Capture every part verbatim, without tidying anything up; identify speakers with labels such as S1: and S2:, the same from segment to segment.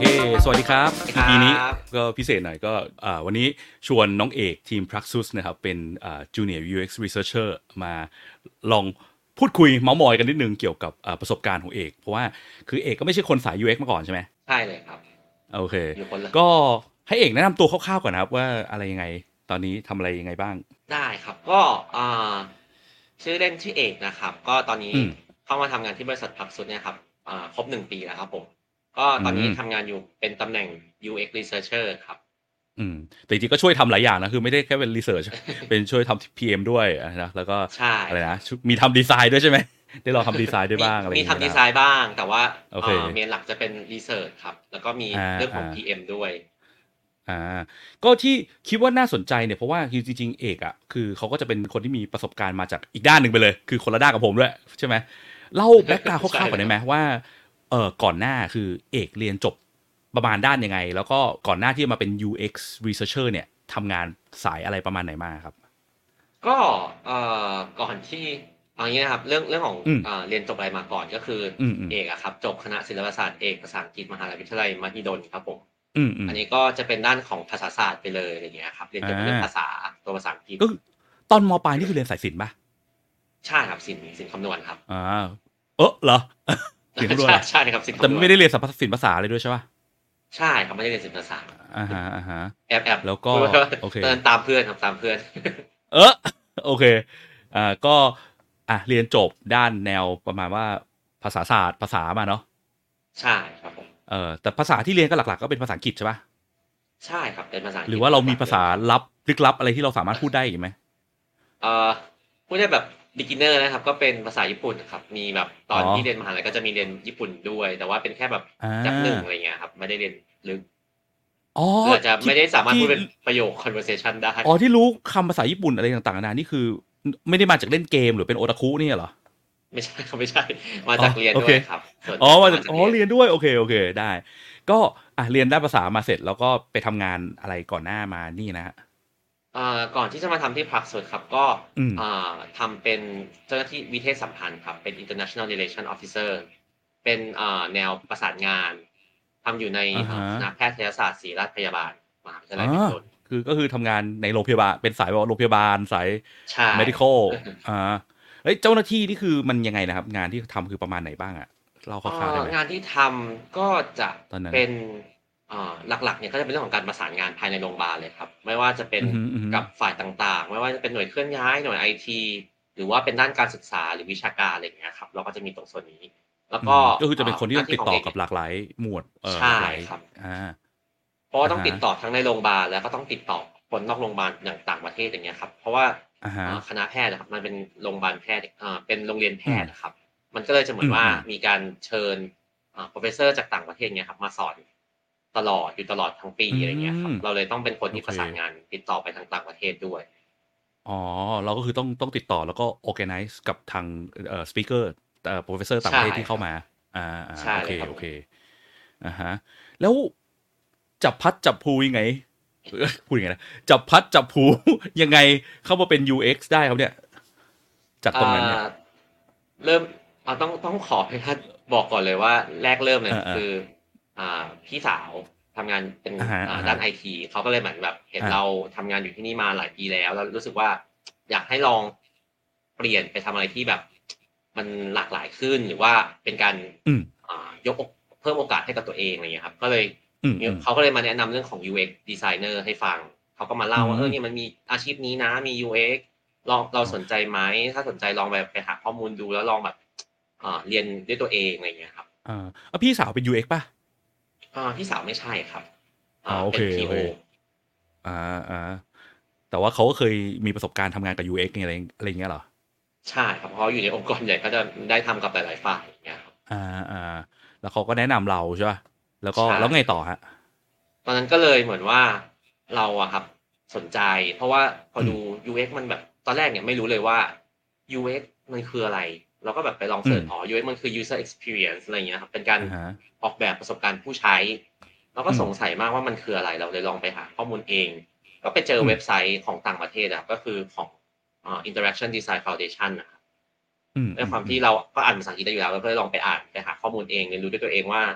S1: เคสวัสดีครับ
S2: ค
S1: อี
S2: รั
S1: พี นี้
S2: บ
S1: ก็พิเศษหน่อยก็อ่าวันนี้ชวนน้องเอกทีม Praxis นะครับเป็นอ่า Junior ยู เอ็กซ์ Researcher มาลองพูดคุยเมาท์มอยกันนิดนึงเกี่ยวกับอ่าประสบการณ์ของเอกเพราะว่าคือเอกก็ไม่ใช่คนสาย ยู เอ็กซ์ มาก่อนใช่ไหม
S2: ใช่เลยครับ
S1: โอเค
S2: อยู่คนละ
S1: ก็ให้เอกแนะนำตัวคร่าวๆก่อนนะครับว่าอะไรยังไงตอนนี้ทำอะไรยังไงบ้าง
S2: ได้ครับก็อ่าชื่อเล่นชื่อเอกนะครับก็ตอนนี้
S1: อืม
S2: เข้ามาทำงานที่บริษัทพักสุดเนี่ยครับอ่าครบหนึ่งปีแล้วครับผมก็
S1: อื
S2: ตอนนี้
S1: ม
S2: ทำงานอยู่เป็นตำแหน่ง ยู เอ็กซ์ Researcher ครับ
S1: อืมแต่จริงๆก็ช่วยทำหลายอย่างนะคือไม่ได้แค่เป็น research เป็นช่วยทำ พี เอ็ม ด้วยนะแล้วก็
S2: ใช่
S1: อะไร
S2: ครับ
S1: นะมีทำดีไซน์ด้วยใช่ไหมได้ลองทำดีไซน์ด้วย
S2: มี
S1: บ้างอะไรอ
S2: มี
S1: ย่างเงี้ยนะครับ
S2: ทำดีไซน์บ้างแต่ว่า
S1: โอเค
S2: เอ่อเมนหลักจะเป็น Research ครับแล้วก็มี
S1: อ่า
S2: เรื่องข
S1: อ่า
S2: อง พี เอ็ม ด้วย
S1: อ่าก็ที่คิดว่าน่าสนใจเนี่ยเพราะว่าคือจริงๆเอกอ่ะคือเขาก็จะเป็นคนที่มีประสบการณ์มาจากอีกด้านหนึ่งไปเลยคือคนละด้านกับผมด้วยใช่ไหมเล่าแบ็กกราวด์ค
S2: ใช่
S1: ร่าวๆก่อนได้ไหม
S2: ครับ
S1: ว่าเออก่อนหน้าคือเอกเรียนจบประมาณด้านยังไงแล้วก็ก่อนหน้าที่จะมาเป็น ยู เอ็กซ์ Researcher เนี่ยทำงานสายอะไรประมาณไหนมาครับ
S2: ก็เอ่อก่อนที่เอางี้นะครับเรื่องเรื่องของ
S1: อืม
S2: อ่าเรียนจบอะไรมาก่อนก็คือ
S1: อืมอืม
S2: เอกอะครับจบคณะศิลปศาสตร์เอกภาษาอังกฤษมหาวิทยาลัยมหิดลครับผม
S1: อืมอืม
S2: อันนี้ก็จะเป็นด้านของภาษาศาสตร์ไปเลยอะไรเงี้ยครับเรียน
S1: อ่
S2: เกี่ยวกับเรื่องภา
S1: า
S2: ษาตัวภาษาอังกฤษ
S1: ก็คือตอนมปลายนี่คือเรียนสายศิลป์ป่ะ
S2: ใช่ครับศิลป์ศิลป์คำนวณครับ
S1: อ่าเออเหรอศิลป์คำนวณ
S2: ใช่
S1: เหรอ
S2: ใช่ครับศิลป์
S1: แต่
S2: คำนวณ
S1: ไม่ได้เรียนศิลป์ภาษาเลยด้วยใช่ป่ะ
S2: ใช่ครับไม่ได้เรียนศิลปภาษา
S1: อ่าฮะอ่าฮะ
S2: แอบแอบ
S1: แล้วก็
S2: พูดว่า
S1: โอเค
S2: ตอนนั้นตามเพื่อนครับตามเพื่อน
S1: เออโอเคอ่าก็อ่ะเรียนจบด้านแนวประมาณว่าภาษาศาสตร์ภาษามาเนาะ
S2: ใช่ครับผม
S1: เออแต่ภาษาที่เรียนก็หลักๆก็เป็นภาษาอังกฤษใช่ปะ
S2: ใช่ครับเป็นภาษาอั
S1: หรือว่าเรา
S2: งกฤษเป็น
S1: มีภาษา
S2: หลักเลยครับ
S1: ลับลึกลับอะไรที่เราสามารถพูดได้อีกไหม
S2: เอ่อพูดได้แบบ beginner นะครับก็เป็นภาษาญี่ปุ่นครับมีแบบตอ
S1: อ๋อ
S2: นที่เรียนมหาลัยก็จะมีเรียนญี่ปุ่นด้วยแต่ว่าเป็นแค่แบบ
S1: อ่
S2: แจ็คหนึ่งอะไร
S1: า
S2: เงี้ยครับไม่ได้เรียนลึก
S1: อ๋อ
S2: คืออาจจะ
S1: ที่
S2: ไม่ได้สามารถ
S1: ที่
S2: พูดเป็นประโยค conversation ได้
S1: อ๋อที่รู้คำภาษาญี่ปุ่นอะไรต่างๆนานานี่คือไม่ได้มาจากเล่นเกมหรือเป็นโอตาคุเนี่ยเหรอ
S2: ไม่ใช่ครับไม่ใช่มา
S1: อ๋อ
S2: จากเรียน
S1: โอเค
S2: ด้วยครับส่วน
S1: อ๋อ
S2: ใหญ่จะ
S1: มาจากอ๋อ
S2: มาจากเรียน
S1: เรียนด้วยโอเคโอเคได้ก็อ่ะเรียนได้ภาษามาเสร็จแล้วก็ไปทำงานอะไรก่อนหน้ามานี่นะฮะ
S2: อ่าก่อนที่จะมาทำที่พักสุดครับก็
S1: อืม
S2: อ่าทำเป็นเจ้าหน้าที่วิเทศสัมพันธ์ครับเป็น international relation officer เป็นอ่าแนวประสานงานทำอยู่ใน
S1: อ่าฮะ
S2: อ่าคณะแพทยศาสตร์ศิริราชพยาบาลมหาวิทยา
S1: อ๋อ
S2: ลัยมหิดล
S1: คือก็คือทำงานในโรงพยาบาลเป็นสายโรงพยาบาลสาย
S2: ใช่
S1: medical อ่าเอ้ยเจ้าหน้าที่นี่คือมันยังไงนะครับงานที่ทำคือประมาณไหนบ้างอะเล่าค
S2: เอ่
S1: ร่าวๆได้ไหม
S2: องานที่ทำก็จะ
S1: ตอนนั้น
S2: เป็นอ่าหลักๆเนี่ยก็จะเป็นเรื่องของการประสานงานภายในโรงพยาบาลเลยครับไม่ว่าจะเป็น
S1: อือฮึอือฮึ
S2: กับฝ่ายต่างๆไม่ว่าจะเป็นหน่วยเคลื่อนย้ายหน่วยไอทีหรือว่าเป็นด้านการศึกษาหรือวิชาการอะไรอย่างเงี้ยครับเราก็จะมีตรงส่วนนี้แล้วก็
S1: อืมก็คือจะเป็น
S2: อ่าหน้า
S1: คนที่ต้องติด
S2: ที่ของเอกเนี่ย
S1: ต่อกับหลากหลายหมวดเอ่อห
S2: ใช่
S1: ลากหลาย
S2: ครับ
S1: อ่า
S2: เพราะว่า
S1: อ่าฮะ
S2: ต้องติดต่อทั้งในโรงพยาบาลแล้วก็ต้องติดต่อคนนอกโรงพยาบาลอย่างต่างประเทศอย่างเงี้ยครับเพราะว่า
S1: อ่าฮะ
S2: อ่าคณะแพทย์อะครับมันเป็นโรงพยาบาลแพทย์อ่าเป็นโรงเรียนแพ
S1: อืม
S2: ทย์อะครับมันก็เลยจะเหมือนว่า
S1: อืมอืม
S2: มีการเชิญอ่า Professor จากต่างประเทศเงี้ยครับมาสอนตลอดอยู่ตลอดทั้งปี
S1: อื
S2: อะไรเงี้ยครั
S1: ม
S2: บเราเลยต้องเป็นคน
S1: โอเค
S2: ที่ประสานงานติดต่อไปทางต่างประเทศด้วย
S1: อ๋อเราก็คือต้องต้องติดต่อแล้วก็ organize กับทางเอ่อ speaker เอ่อ professor ต่างป
S2: ใช่
S1: ระเทศที่
S2: ครับ
S1: เข้ามาอ่าอ่า
S2: ใช่
S1: โอเค
S2: เลยครับผม
S1: โอเคอ่าฮะแล้ว จับพัดจับผูยังไงเอ้ยพูดยังไงนะจับพัดจับผูยังไงเข้ามาเป็น ยู เอ็กซ์ ได้ครับเนี่ยจาก
S2: อ่
S1: ตรงนั้นเนี่ย
S2: าเริ่มอ่าต้องต้องขอให้ท่านบอกก่อนเลยว่าแรกเริ่มเนี่ย
S1: อ่าอ่า
S2: คืออ่าพี่สาวทำงานเป็น
S1: อ่าฮะ
S2: อ่า
S1: อ่าฮะ
S2: ด้านไอทีเขาก็เลยเหมือนแบบเห็น
S1: อ่า
S2: เราทำงานอยู่ที่นี่มาหลายปีแล้วแล้วรู้สึกว่าอยากให้ลองเปลี่ยนไปทำอะไรที่แบบมันหลากหลายขึ้นหรือว่าเป็นการ
S1: อืม
S2: อ่ายกเพิ่มโอกาสให้กับตัวเองอะไรอย่างเงี้ยครับก็เลย
S1: อืมอืม
S2: เขาก็เลยมาแนะนำเรื่องของ ยู เอ็กซ์ designer ให้ฟังเขาก็มา
S1: อื
S2: เล่าว่าเออ
S1: ม
S2: เนี่ยมันมีอาชีพนี้นะมี ยู เอ็กซ์ ลองเรา
S1: อ๋อ
S2: สนใจไหมถ้าสนใจลองไปไปหาข้อมูลดูแล้วลองแบบอ่าเรียนด้วยตัวเองอะไรอย่างเงี้ยครับ
S1: อ่าอ่ะพี่สาวเป็น ยู เอ็กซ์ ป่ะ
S2: อ่าพี่สาวไม่ใช่ครับ
S1: อ๋อโอ
S2: อ่าเป็น
S1: เคโอ
S2: ที โอ
S1: เคอ่าอ่าแต่ว่าเขาก็เคยมีประสบการณ์ทำงานกับ ยู เอ็กซ์ อะไรอะไรอย่างเงี้ยเหรอ
S2: ใช่ครับเพราะอยู่ในองค์กรใหญ่ก็จะได้ทำกับหลายๆฝ่ายอย่างเงี้ยครับ
S1: อ่าอ่าแล้วเขาก็แนะนำเราใช่ป่ะแล้วก็
S2: ใช่
S1: แล้วไง
S2: ครับ
S1: ต่อฮะ
S2: ตอนนั้นก็เลยเหมือนว่าเราอะครับสนใจเพราะว่าพอ
S1: อืม
S2: ดู ยู เอ็กซ์ มันแบบตอนแรกเนี่ยไม่รู้เลยว่า ยู เอ็กซ์ มันคืออะไรเราก็แบบไปลอง
S1: อืม
S2: เสิร์ชอ๋อ ยู เอ็กซ์ มันคือ user experience อะไรอย่างเงี้ยครับเป็นการ
S1: อ่าฮะ
S2: ออกแบบประสบการณ์ผู้ใช้เราก็
S1: อืม
S2: สงสัยมากว่ามันคืออะไรเราเลยลองไปหาข้อมูลเองก็ไปเจอ
S1: อืม
S2: เว็บไซต์ของต่างประเทศอะก็คือของอ่า Interaction Design Foundation นะครับ
S1: อืม
S2: ด้วย
S1: อืมอืม
S2: ความที่เราก็อ่านภาษาอังกฤษได้อยู่แล้วเราก็เลยลองไปอ่านไปหาข้อมูลเองเรียนรู้ด้วยตัวเองว่า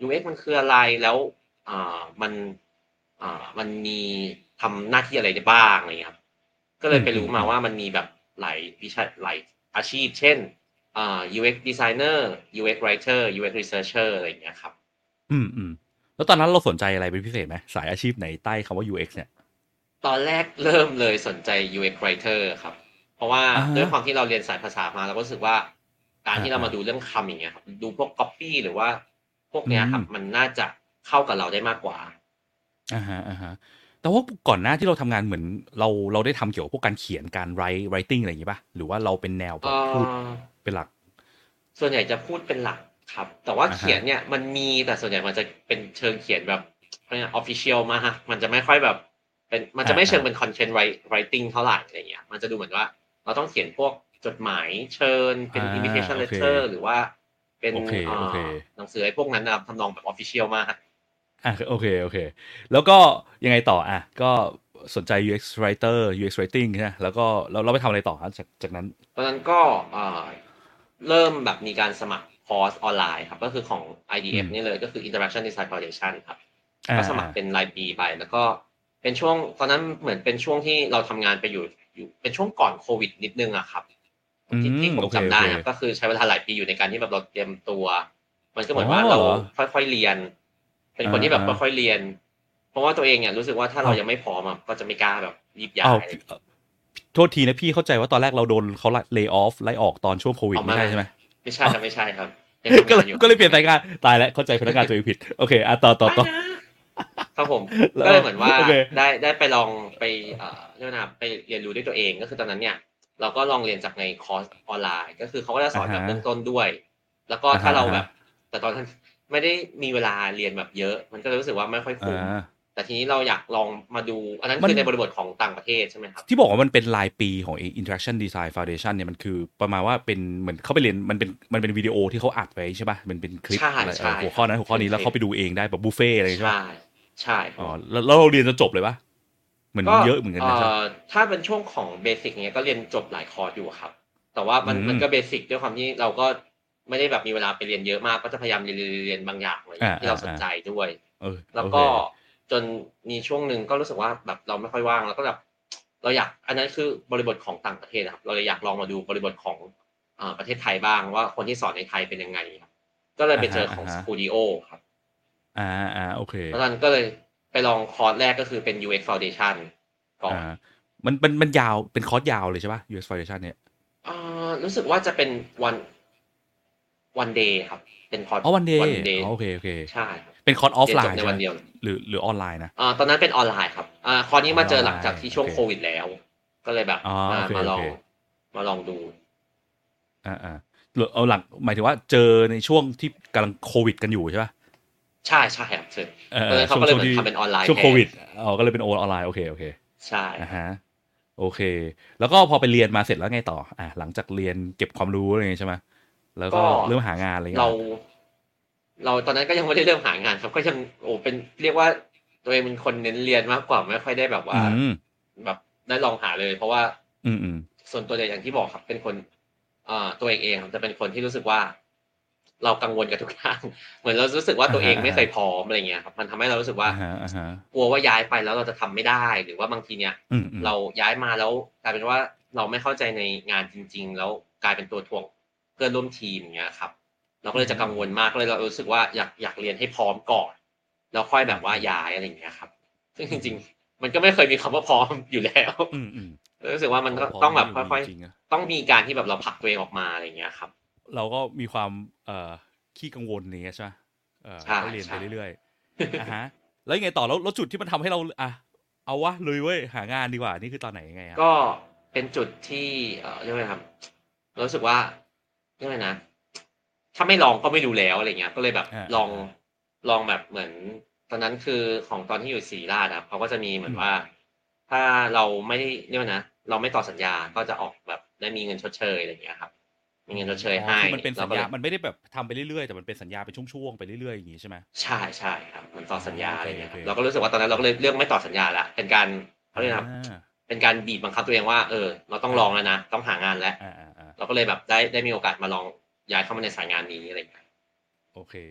S2: ยู เอ็กซ์ มันคืออะไรแล้วอ่ามันอ่ามันมีทำหน้าที่อะไรได้บ้างอะไรเงี้ยครับก็เลยไปรู้มาว่ามันมีแบบหลายวิชาหลายอาชีพเช่นอ่า ยู เอ็กซ์ designer ยู เอ็กซ์ writer ยู เอ็กซ์ researcher อะไรอย่างเงี้ยครับ
S1: อืมอืมแล้วตอนนั้นเราสนใจอะไรเป็นพิเศษไหมสายอาชีพไหนใต้คำว่า ยู เอ็กซ์ เนี่ย
S2: ตอนแรกเริ่มเลยสนใจ ยู เอ็กซ์ writer ครับเพราะว่า
S1: อ่าฮะ
S2: ด้วยความที่เราเรียนสายภาษามาเราก็รู้สึกว่าการ
S1: อ่าอ่า
S2: ที่เรามาดูเรื่องคำอย่างเงี้ยครับดูพวก copy หรือว่าพวก
S1: อื
S2: เนี้ยค
S1: ม
S2: รับมันน่าจะเข้ากับเราได้มากกว่า
S1: อ่าฮะอ่าฮะแต่ว่าก่อนหน้าที่เราทำงานเหมือนเราเราได้ทำเกี่ยวกับพวกการเขียนการ write writing อะไรอย่างงี้ป่ะหรือว่าเราเป็นแนว
S2: เ
S1: แบบพูด
S2: อ่อ
S1: เป็นหลัก
S2: ส่วนใหญ่จะพูดเป็นหลักครับแต่ว่า
S1: อ่าฮะ
S2: เขียนเนี่ยมันมีแต่ส่วนใหญ่มันจะเป็นเชิงเขียนแบบเขาเรียก official มากมันจะไม่ค่อยแบบเป็นมันจะ
S1: อ่าอ่า
S2: ไม่เชิงเป็น content writing เท่าไหร่อะไรเงี้ยมันจะดูเหมือนว่าเราต้องเขียนพวกจดหมายเชิญเป็
S1: อ่า
S2: น invitation
S1: โอเค
S2: letter หรือว่าเป็น
S1: โอเค
S2: เอ่
S1: โอเค
S2: อหนังสือไอ้พวกนั้นนะครับทำนองแบบ official มาก
S1: อ่ะโอเคโอเคแล้วก็ยังไงต่ออ่ะก็สนใจ ยู เอ็กซ์ writer ยู เอ็กซ์ writing ใช่ไหมแล้วก็เราเราไปทำอะไรต่อครับจากจากนั้น
S2: ตอนนั้นก็เอ่อเริ่มแบบมีการสมัครคอร์สออนไลน์ครับก็คือของ ไอ ดี
S1: อื
S2: เอฟ
S1: ม
S2: นี่เลยก็คือ Interaction Design Foundation ครับ
S1: อ่า
S2: ก็สมั
S1: อ่า
S2: ครเป็นรายปีไปแล้วก็เป็นช่วงตอนนั้นเหมือนเป็นช่วงที่เราทำงานไปอยู่อยู่เป็นช่วงก่อนโควิดนิดนึงอะครับ
S1: อื
S2: ที่ที่
S1: ม
S2: ผมจำ
S1: โอเคโอเค
S2: ได้นะครับก็คือใช้เวลาหลายปีอยู่ในการที่แบบเราเตรียมตัวมันก็เห
S1: อ๋อ
S2: มือนว่าเรา
S1: เหรอ
S2: ค่อยๆเรียนเป็น
S1: อ่า
S2: คนที่แบบ
S1: อ่า
S2: ค่อยๆเรียนเพราะว่าตัวเองเนี่ยรู้สึกว่าถ้าเรา
S1: เอา
S2: ยังไม่พร้อมอะก็จะไม่กล้าแบบรีบย้า
S1: เอา
S2: ยอะไรอย่างเงี้ย
S1: โทษทีนะพี่เข้าใจว่าตอนแรกเราโดนเขาไล่ off ไล่ออกตอนช่วงโควิด
S2: เอาไม่ไม่
S1: ไม่ใช่ใช่ไหม
S2: ไม่ใช่
S1: อ๋อ
S2: ครับไม่ใช่ครับยังทำ
S1: ก็เลย
S2: งานอยู่ค
S1: ก็เลยเปลี่ยน
S2: รับยังทำงานอยู่
S1: สายงานตายแล้วเข้าใจพนักงานตัวเองผิดโอเคอ่ะต่อต่อต่อ
S2: ไม่นะ ครับผม
S1: แล้ว
S2: ก็เลยเหมือนว่า
S1: โอเค
S2: ได้ได้ไปลองไปเอ่อเรียกว่านะครับไปเรียนรู้ด้วยตัวเองก็คือตอนนั้นเนี่ยเราก็ลองเรียนจากในคอร์สออนไลน์ก็คือเขาก็จะส
S1: อ่าฮะ
S2: อนแบบเบื้องต้นด้วยแล้วก็
S1: อ่าฮะอ่าฮะ
S2: ถ้าเราแบบแต่ตอนนั้นไม่ได้มีเวลาเรียนแบบเยอะมันก็เลยรู้สึกว่าไม่ค่อย
S1: อ่
S2: คุ้ม
S1: า
S2: แต่ทีนี้เราอยากลองมาดูอันนั้น
S1: มัน
S2: คือในบริบทของต่างประเทศใช่ไหมครับ
S1: ที่บอกว่ามันเป็นรายปีของ Interaction Design Foundation เนี่ยมันคือประมาณว่าเป็นเหมือนเขาไปเรียนมันเป็นมันเป็นวิดีโอที่เขาอัดไว้ใช่ป่ะมันเป็นคลิป
S2: ใช่
S1: อะไรเออ
S2: ใช่
S1: หัว
S2: ครับ
S1: ข้อนั้นหัวข้อนี้
S2: เป็นเทรน
S1: แล้วเขาไปดูเองได้แบบบุฟเฟ่อะไรใช่ป่ะ
S2: ใช่ใช่ครั
S1: อ๋อ
S2: บผม
S1: แล้วแล้วเราเรียนจนจบเลยป่ะเหมือน
S2: ก็
S1: เยอะเหมือนกัน
S2: เอ่
S1: นะใช่ป่ะ
S2: อถ้าเป็นช่วงของเบสิกเนี้ยก็เรียนจบหลายคอร์สอยู่ครับแต่ว่า
S1: อื
S2: มันมัน
S1: ม
S2: ก็เบสิกด้วยความที่เราก็ไม่ได้แบบมีเวลาไปเรียนเยอะมากก็จะพยายามเรียนเรียนบางอย่างอะไร
S1: อ่า
S2: เงี้ยที่
S1: อ่าอ่า
S2: เราสนใจด้วย
S1: เออโอเค
S2: แล้วก็จนมีช่วงหนึ่งก็รู้สึกว่าแบบเราไม่ค่อยว่างแล้วก็แบบเราอยากอันนั้นคือบริบทของต่างประเทศอะครับเราเลยอยากลองมาดูบริบทของอ่าประเทศไทยบ้างว่าคนที่สอนในไทยเป็นยังไงครับก็เลย
S1: อ่า
S2: ไปเจอของ
S1: ฮะอ่าฮะ
S2: Studio ครับ
S1: อ่าอ่าโอเค
S2: แล้วตอนนั้นก็เลยไปลองคอร์สแรกก็คือเป็น ยู เอ็กซ์ Foundation ก่
S1: อ่า
S2: อน
S1: มันมันมันยาวเป็นคอร์สยาวเลยใช่ป่ะ ยู เอ็กซ์ Foundation เนี่ย
S2: อ่ารู้สึกว่าจะเป็นวันวันเดย์ครับเป็นคอร์ส
S1: อ๋อวันเดย์
S2: วันเดย์
S1: อ๋อโอเคโอเค
S2: ใช่ครับ
S1: เป็นคอร์สออฟ
S2: เรียนจบ
S1: ไลน์ใช่ไหม
S2: ในวันเดียว
S1: หรือหรือออนไลน์นะ
S2: อ่าตอนนั้นเป็นออนไลน์ครับอ่าคอร์ส
S1: อ๋อ
S2: นี้มาเจอ
S1: เป็นออนไล
S2: หลังจากที่
S1: น์โอเค
S2: ช่วงโควิดแล้วก็เลยแบบ
S1: อ๋อ
S2: มา
S1: โอเคโอเค
S2: มาลองมาลองดู
S1: อ่าอ่าหรือเอาหลังหมายถึงว่าเจอในช่วงที่กำลังโควิดกันอยู่ใช่ป่ะ
S2: ใช่ใช่ครับเชิญ
S1: เออเออ
S2: ตอนนั้นเขาก็เลย
S1: ช่วงช่วงที่
S2: เหมือนทำเป็นออนไลน์แทน
S1: ช่วงโควิดอ๋อก็เลยเป็นโอออนไลน์โอเคโอเค
S2: ใช่
S1: อ่าฮะ
S2: ครับ
S1: โอเคแล้วก็พอไปเรียนมาเสร็จแล้วไงต่ออ่าหลังจากเรียนเก็บความรู้อะไรอย่างงี้ใช่ไหมแล้วก็
S2: ก็
S1: เริ่มหางานอะไรเงี้
S2: เรา
S1: ยเหรอ
S2: เราตอนนั้นก็ยังไม่ได้เริ่มหางานครับก็ยังโอ้เป็นเรียกว่าตัวเองเป็นคนเน้นเรียนมากกว่าไม่ค่อยได้แบบ
S1: อื
S2: ว่า
S1: ม
S2: แบบได้ลองหาเลยเพราะว่า
S1: อืมอืม
S2: ส่วนตัวอย่างที่บอกครับเป็นคนอ่าตัวเองเองจะเป็นคนที่รู้สึกว่าเรากังวลกับทุกอย่างเหมือนเรารู้สึกว่า
S1: อ่า
S2: ตัวเองไม่เค
S1: ฮะอ่าฮะ
S2: ยพร้อมอะไรเงี้ยครับมันทำให้เรารู้สึกว่า
S1: อ่าฮะอ่าฮะ
S2: กลัวว่าย้ายไปแล้วเราจะทำไม่ได้หรือว่าบางทีเนี่ย
S1: อืมอืม
S2: เราย้ายมาแล้วกลายเป็นว่าเราไม่เข้าใจในงานจริงๆแล้วกลายเป็นตัวถ่วงเพื่อนร่วมทีมอย่างเงี้ยครับเราก็
S1: อื
S2: เลยจะกังวล
S1: มอืม
S2: มากเลยเรารู้สึกว่าอยากอยากเรียนให้พร้อมก่อนแล้วค่อยแบบว่า
S1: อืมอืม
S2: ย้ายอะไรอย่างเงี้ยครับซึ่งจ
S1: อืม
S2: ริงๆมันก็ไม่เคยมีคำว่าพร้อมอยู่แล้ว
S1: อืมอืม
S2: รู้สึกว่ามันก็
S1: คำว่าพร้อม
S2: ต้องแบบ
S1: มันไม่อยู่
S2: ค่อย
S1: จริงๆอะ
S2: ๆต้องมีการที่แบบเราผลักตัวเองออกมาอะไรอย่างเงี้ยครับ
S1: เราก็มีความเอ่อขี้กังวลอย่างเงี้ยใช่ไหมเออแล้ว
S2: ใช่
S1: ก็เรียนไป
S2: ใช่
S1: เรื่อยๆอ่ะฮะแล้วยังไงต่อแล้วแล้วจุดที่มันทำให้เราอ่ะเอาวะเลยเว้ยหางานดีกว่านี่คือตอนไหนยังไงครับ
S2: ก็เป็นจุดที่เอ่อเรียกว่าไงครับรู้สึกว่าเรียกว่าไงนะถ้าไม่ลองก็ไม่รู้แล้วอะไรเงี้ยก็เลยแบบ
S1: อ่า
S2: ลอง
S1: อ่าอ่า
S2: ลองแบบเหมือนตอนนั้นคือของตอนที่อยู่ศรีราชอะครับเขาก็จะมีเหมื
S1: อืม
S2: อนว่าถ้าเราไม่ได้เรียกว่านะเราไม่ต่อสัญญาก็จะออกแบบได้มีเงินชดเชยอะไรอย่างเงี้ยครับมี
S1: อื
S2: เงินช
S1: มอ๋อ
S2: ดเชยให้
S1: คือมันเป็นสัญ
S2: เราก็เลย
S1: ญามันไม่ได้แบบทำไปเรื่อยๆแต่มันเป็นสัญญาเป็นช่วงๆไปเรื่อยๆอย่างงี้ใช่ไหม
S2: ใช่ใช่ครับเหมือนต่อ
S1: อ๋อ
S2: สัญญา
S1: โอเคโอเค
S2: อะไรเงี้ยครับเราก็รู้สึกว่าตอนนั้นเราก็เลยเลือกไม่ต่อสัญญาแล้วเป็นการเขา
S1: อ่
S2: เรียกนะครับ
S1: า
S2: เป็นการบีบบังคับตัวเองว่าเออเราต้อง
S1: อ่าอ่า
S2: ลองแล้วนะต้องหางานแล้ว
S1: อ่าอ่าอ่า
S2: เราก็เลยแบบได้ได้มีโอกาสมาลองย้ายเข้ามาในสายงานนี้อะไรอย่างเงี้ย
S1: โอเคครับ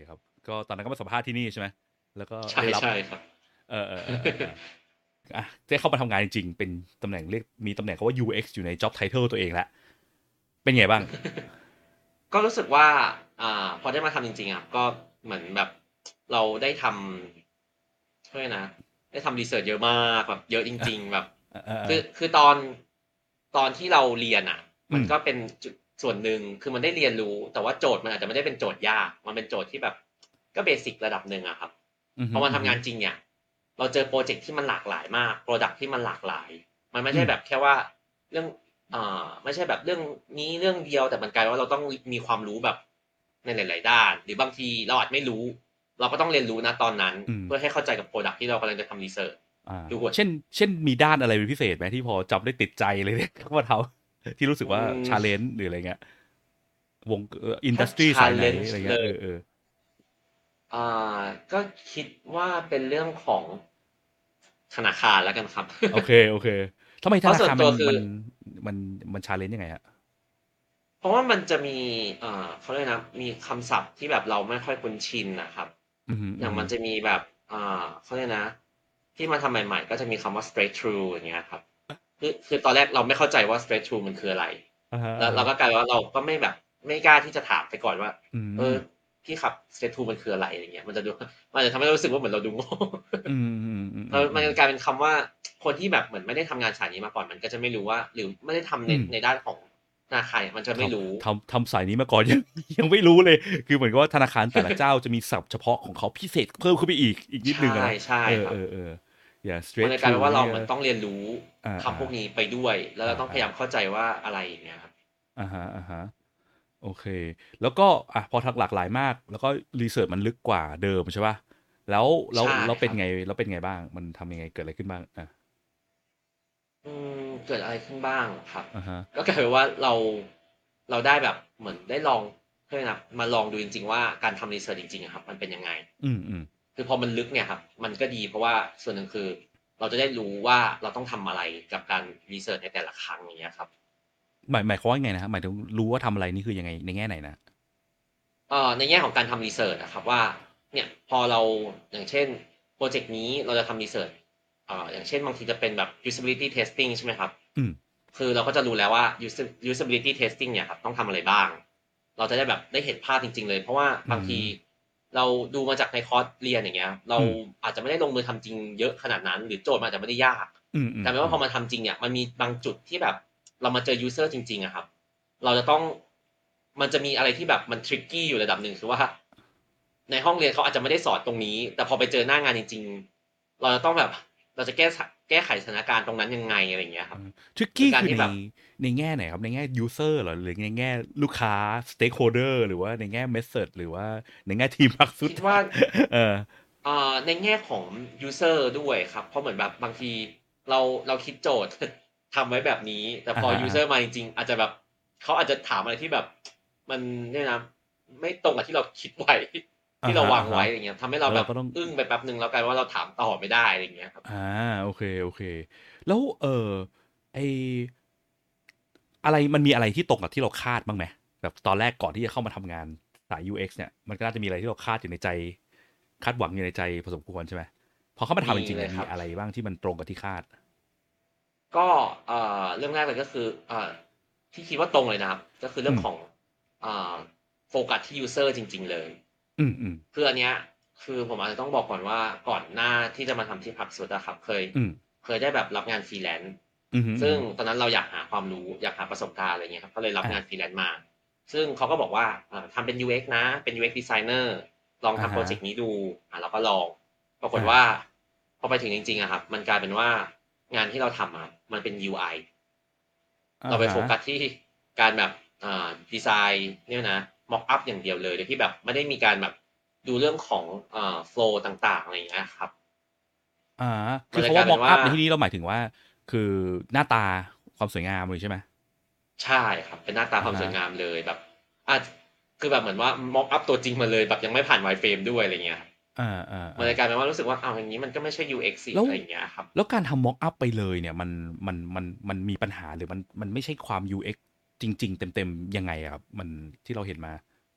S1: ก็ตอนนั้นก็มาสัมภาษณ์ที่นี่ใช่ไหมแล้วก็
S2: ใช่
S1: ได้รับ
S2: ใช่ครับ
S1: เออเออเออเออเอออ่ะได้เข้ามาทำงานจริงๆเป็นตำแหน่งเรียกมีตำแหน่งเขาว่า ยู เอ็กซ์ อยู่ใน job title ตัวเองแล้วเป็นไงบ้าง
S2: ก็รู้สึกว่าอ่าพอได้มาทำจริงๆอ่ะก็เหมือนแบบเราได้ทำช่วยนะได้ทำรีเสิร์ชเยอะมากแบบเยอะจริงๆแบบ
S1: เออเออเอ
S2: คือ
S1: อ
S2: คือตอนตอนที่เราเรียนอ่ะ
S1: อืม
S2: มันก็เป็นจุดส่วนหนึ่งคือมันได้เรียนรู้แต่ว่าโจทย์มันอาจจะไม่ได้เป็นโจทย์ยากมันเป็นโจทย์ที่แบบก็เบสิกระดับหนึ่งอะครับ
S1: อืม
S2: พอมา
S1: อืม
S2: ทำงานจริงเนี่ยเราเจอโปรเจกต์ที่มันหลากหลายมากโปรดักที่มันหลากหลายมันไม่
S1: อืม
S2: ใช่แบบแค่ว่าเรื่อง อ่าไม่ใช่แบบเรื่องนี้เรื่องเดียวแต่มันกลายว่าเราต้องมีความรู้แบบในหลายๆด้านหรือบางทีเราอาจไม่รู้เราก็ต้องเรียนรู้นะตอนนั้น
S1: อืม
S2: เพื่อให้เข้าใจกับโปรดักที่เรากำลังจะทำรีเสิร์ช
S1: อ่า
S2: ด้วย
S1: เช่นเช่นมีด้านอะไรเป็นพิเศษไหมที่พอจำได้ติดใจเลยเนี่ยเข้ามาทำที่รู้สึก
S2: อื
S1: ว่าชาเล
S2: ม
S1: นจ์หรืออะไรเงี้ยวงอินดั
S2: ถ้า
S1: สทรีสายไหนอะไร
S2: challenge เลย
S1: เงี้ยเออเออ
S2: อ่าก็คิดว่าเป็นเรื่องของธนาคารแล้วกันครับ
S1: โอเคโอเคทำไม
S2: เพราะส่วน
S1: ธนาคารมัน
S2: ตัวคือ
S1: มันมันมันชาเลนจ์ยังไงฮะ
S2: เพราะว่ามันจะมีอ่าเขาเรียกนะมีคำศัพท์ที่แบบเราไม่ค่อยคุ้นชินนะครับ
S1: อืมอืม
S2: อย่างมันจะมีแบบอ่าเขาเรียกนะที่มาทำใหม่ๆก็จะมีคำว่า straight through อย่างเงี้ยครับคือคือตอนแรกเราไม่เข้าใจว่า straight through มันคืออะไร
S1: อ่าฮะ
S2: แล้วเรา
S1: อ่าฮะ
S2: ก็กลายเป็นว่าเราก็ไม่แบบไม่กล้าที่จะถามไปก่อนว่า
S1: อื
S2: เอ
S1: ม
S2: อพี่ครับ straight through มันคืออะไรอย่างเงี้ยมันจะดูมันจะทำให้เรารู้สึกว่าเหมือนเราดูโง่
S1: อืมอืมอืม
S2: เออ
S1: อืมอืม
S2: มันจะกลายเป็นคำว่าคนที่แบบเหมือนไม่ได้ทำงานสายนี้มาก่อนมันก็จะไม่รู้ว่าหรือไม่ได้ทำใน
S1: อืม
S2: ในด้านของธนาคารมันจะ
S1: ท
S2: ไม่รู้
S1: ำทำทำสายนี้มาก่อนยังยังไม่รู้เลยคือเหมือนกับว่าธนาคารแต่ละเจ้าจะมีศัพท์เฉพาะของเขาพิเศษเพิ่มขึ้นไปอีกอีกนิดนึง
S2: ใช่
S1: อะนะ
S2: ใช่
S1: เออ
S2: ครับ
S1: เออเอออย่าง
S2: มัน
S1: straight
S2: เลยกลายเป็น
S1: through
S2: ว่าเรา
S1: นี่ก็
S2: เหมือนต้องเรียนรู้
S1: อ่าอ่า
S2: คำพวกนี้ไปด้วยแล้วเราต้องพ
S1: อ่าอ่า
S2: ยายามเข้าใจว่าอะไรอย่างเงี้ยครับ
S1: อ่าฮะอ่าฮะโอเคแล้วก็อ่ะพอทักหลากหลายมากแล้วก็รีเสิร์ชมันลึกกว่าเดิมใช่ป่ะแล้วแล้ว
S2: ใช่
S1: แล้ว
S2: ครับ
S1: เป็นไงแล้วเป็นไงบ้างมันทำยังไงเกิดอะไรขึ้นบ้างอ่ะ
S2: อืมเกิดอะไรขึ้นบ้างครับ
S1: อ่าฮะ
S2: ก็กลายเป็นว่าเราเราได้แบบเหมือนได้ลองเพื่อนนะมาลองดูจริงๆว่าการทำรีเสิร์ชจริงๆอะครับมันเป็นยังไง
S1: อืมอืม
S2: คือพอมันลึกเนี่ยครับมันก็ดีเพราะว่าส่วนหนึ่งคือเราจะได้รู้ว่าเราต้องทำอะไรกับการรีเสิร์ชในแต่ละครั้งอย่างเงี้ยครับ
S1: หมายหมายความว่าไงนะฮะหมายถึงรู้ว่าทำอะไรนี่คือยังไงในแง่ไหนนะ
S2: เอ่อในแง่ของการทำรีเสิร์ชนะครับว่าเนี่ยพอเราอย่างเช่นโปรเจกต์นี้เราจะทำรีเสิร์ชอ่าอย่างเช่นบางทีจะเป็นแบบ usability testing ใช่ไหมครับ
S1: อืม
S2: คือเราก็จะรู้แล้วว่า user- usability testing เนี่ยครับต้องทำอะไรบ้างเราจะได้แบบได้เห็นภาพจริงๆเลยเพราะว่า
S1: อื
S2: บางที
S1: ม
S2: เราดูมาจากในคอร์สเรียนอย่างเงี้ยเรา
S1: อืม
S2: อาจจะไม่ได้ลงมือทำจริงเยอะขนาดนั้นหรือโจทย์มันอาจจะไม่ได้ยาก
S1: อืมอืม
S2: แต่ไม่
S1: อืม
S2: ว่าพอมาทำจริงเนี่ยมันมีบางจุดที่แบบเรามาเจอ user จริงๆอะครับ เราจะต้องมันจะมีอะไรที่แบบมันทริกกี้อยู่ระดับหนึ่งคือว่าในห้องเรียนเขาอาจจะไม่ได้สอนตรงนี้แต่พอไปเจอหน้างานจริงๆเราจะต้องแบบเราจะแก้แก้ไขสถานการณ์ตรงนั้นยังไงอะไรอย่างเงี้ยครับ
S1: ทริก
S2: คือ
S1: กี้คือใน
S2: การที่แบบ
S1: ในแง่ไหนครับในแง่ยูเซอร์เหรอหรือในแง่ลูกค้าสเต็กโฮเดอร์หรือว่าในแง่เมสเซจหรือว่าในแง่ทีมพักสุด
S2: คิดว่า
S1: เออ
S2: อ่าในแง่ของ user ด้วยครับเพราะเหมือนแบบบางทีเราเราคิดโจทย์ทำไว้แบบนี้แต่พอ
S1: อ่าฮะอ่าฮะ
S2: user มาจริงๆอาจจะแบบเขาอาจจะถามอะไรที่แบบมันเนี่ยนะไม่ตรงกับที่เราคิดไว้
S1: อ่า
S2: ที่เราวาง
S1: ฮะอ่าฮะ
S2: ไว้อย่างเงี้ยทำให้เราแบบ
S1: แล้วเราก็ต้อง
S2: อึ้งไปแป๊บหนึ่งแล้วกลายว่าเราถามต่อไม่ได้อะไรอย่างเงี้ยครับ
S1: อ่าโอเคโอเคแล้วเออไออะไรมันมีอะไรที่ตรงกับที่เราคาดบ้างไหมแบบตอนแรกก่อนที่จะเข้ามาทำงานสาย ยู เอ็กซ์ เนี่ยมันก็น่าจะมีอะไรที่เราคาดอยู่ในใจคาดหวังอยู่ในใจพอสมควรใช่ไหมพอเข้ามา
S2: มี
S1: ทำจริงๆ
S2: เลยครับ
S1: เนี่ยมีอะไรบ้างที่มันตรงกับที่คาด
S2: ก็เอ่อเรื่องแรกเลยก็คือเอ่อที่คิดว่าตรงเลยนะครับก็คือเรื่
S1: อืม
S2: องของอ่าโฟกัสที่ user จริงๆเลย
S1: อืมอืม
S2: คืออันเนี้ยคือผมอาจจะต้องบอกก่อนว่าก่อนหน้าที่จะมาทำที่พักสุดอะครับเคย
S1: อืม
S2: เคยได้แบบรับงาน freelance
S1: อืมอื
S2: ซึ่ง
S1: ม
S2: ตอนนั้นเราอยากหาความรู้อยากหาประสบการณ์อะไรเงี้ยครับก็เลยรับ
S1: อ่า
S2: งาน freelance มาซึ่งเขาก็บอกว่าเอ่อทำเป็น ยู เอ็กซ์ นะเป็น ยู เอ็กซ์ designer ลอง
S1: อ่าฮะ
S2: ทำโปรเจกต์นี้ดูอ่ะเราก็ลองปรากฏ
S1: อ่า
S2: ว่าพอไปถึงจริงๆอะครับมันกลายเป็นว่างานที่เราทำอะมันเป็น ยู ไอ เราไป
S1: อ่าฮะ
S2: โฟกัสที่การแบบอ่าดีไซน์เนี่ยนะม็อกอัพอย่างเดียวเลยโดยที่แบบไม่ได้มีการแบบดูเรื่องของอ่าโฟล์ต่างๆอะไรอย่างเงี้ยครับ
S1: อ่า
S2: มัน
S1: คือเขาว่า
S2: เลยกลายเป็น
S1: mock
S2: ว่า
S1: up ในที่นี้เราหมายถึงว่าคือหน้าตาความสวยงามเลยใช่ไหม
S2: ใช่ครับเป็นหน้าตา
S1: อ่าฮะ
S2: ความสวยงามเลยแบบอาจคือแบบเหมือนว่าม็อกอัพตัวจริงมาเลยแบบยังไม่ผ่านไวร์เฟรมด้วยอะไรเงี้ยครับ
S1: อาอ่า
S2: มัน
S1: อ่า
S2: เลยกลายเป็นว่ารู้สึกว่าอ้าวอย่างนี้มันก็ไม่ใช่ ยู เอ็กซ์ สิ
S1: แล้ว
S2: อะไรอย่างเงี้ยครับ
S1: แล้วการทำ mock up ไปเลยเนี่ยมันมันมันมันมีปัญหาหรือมันมันไม่ใช่ความ ยู เอ็กซ์ จริงๆเต็มๆยังไงอะครับมันที่เราเห็นมา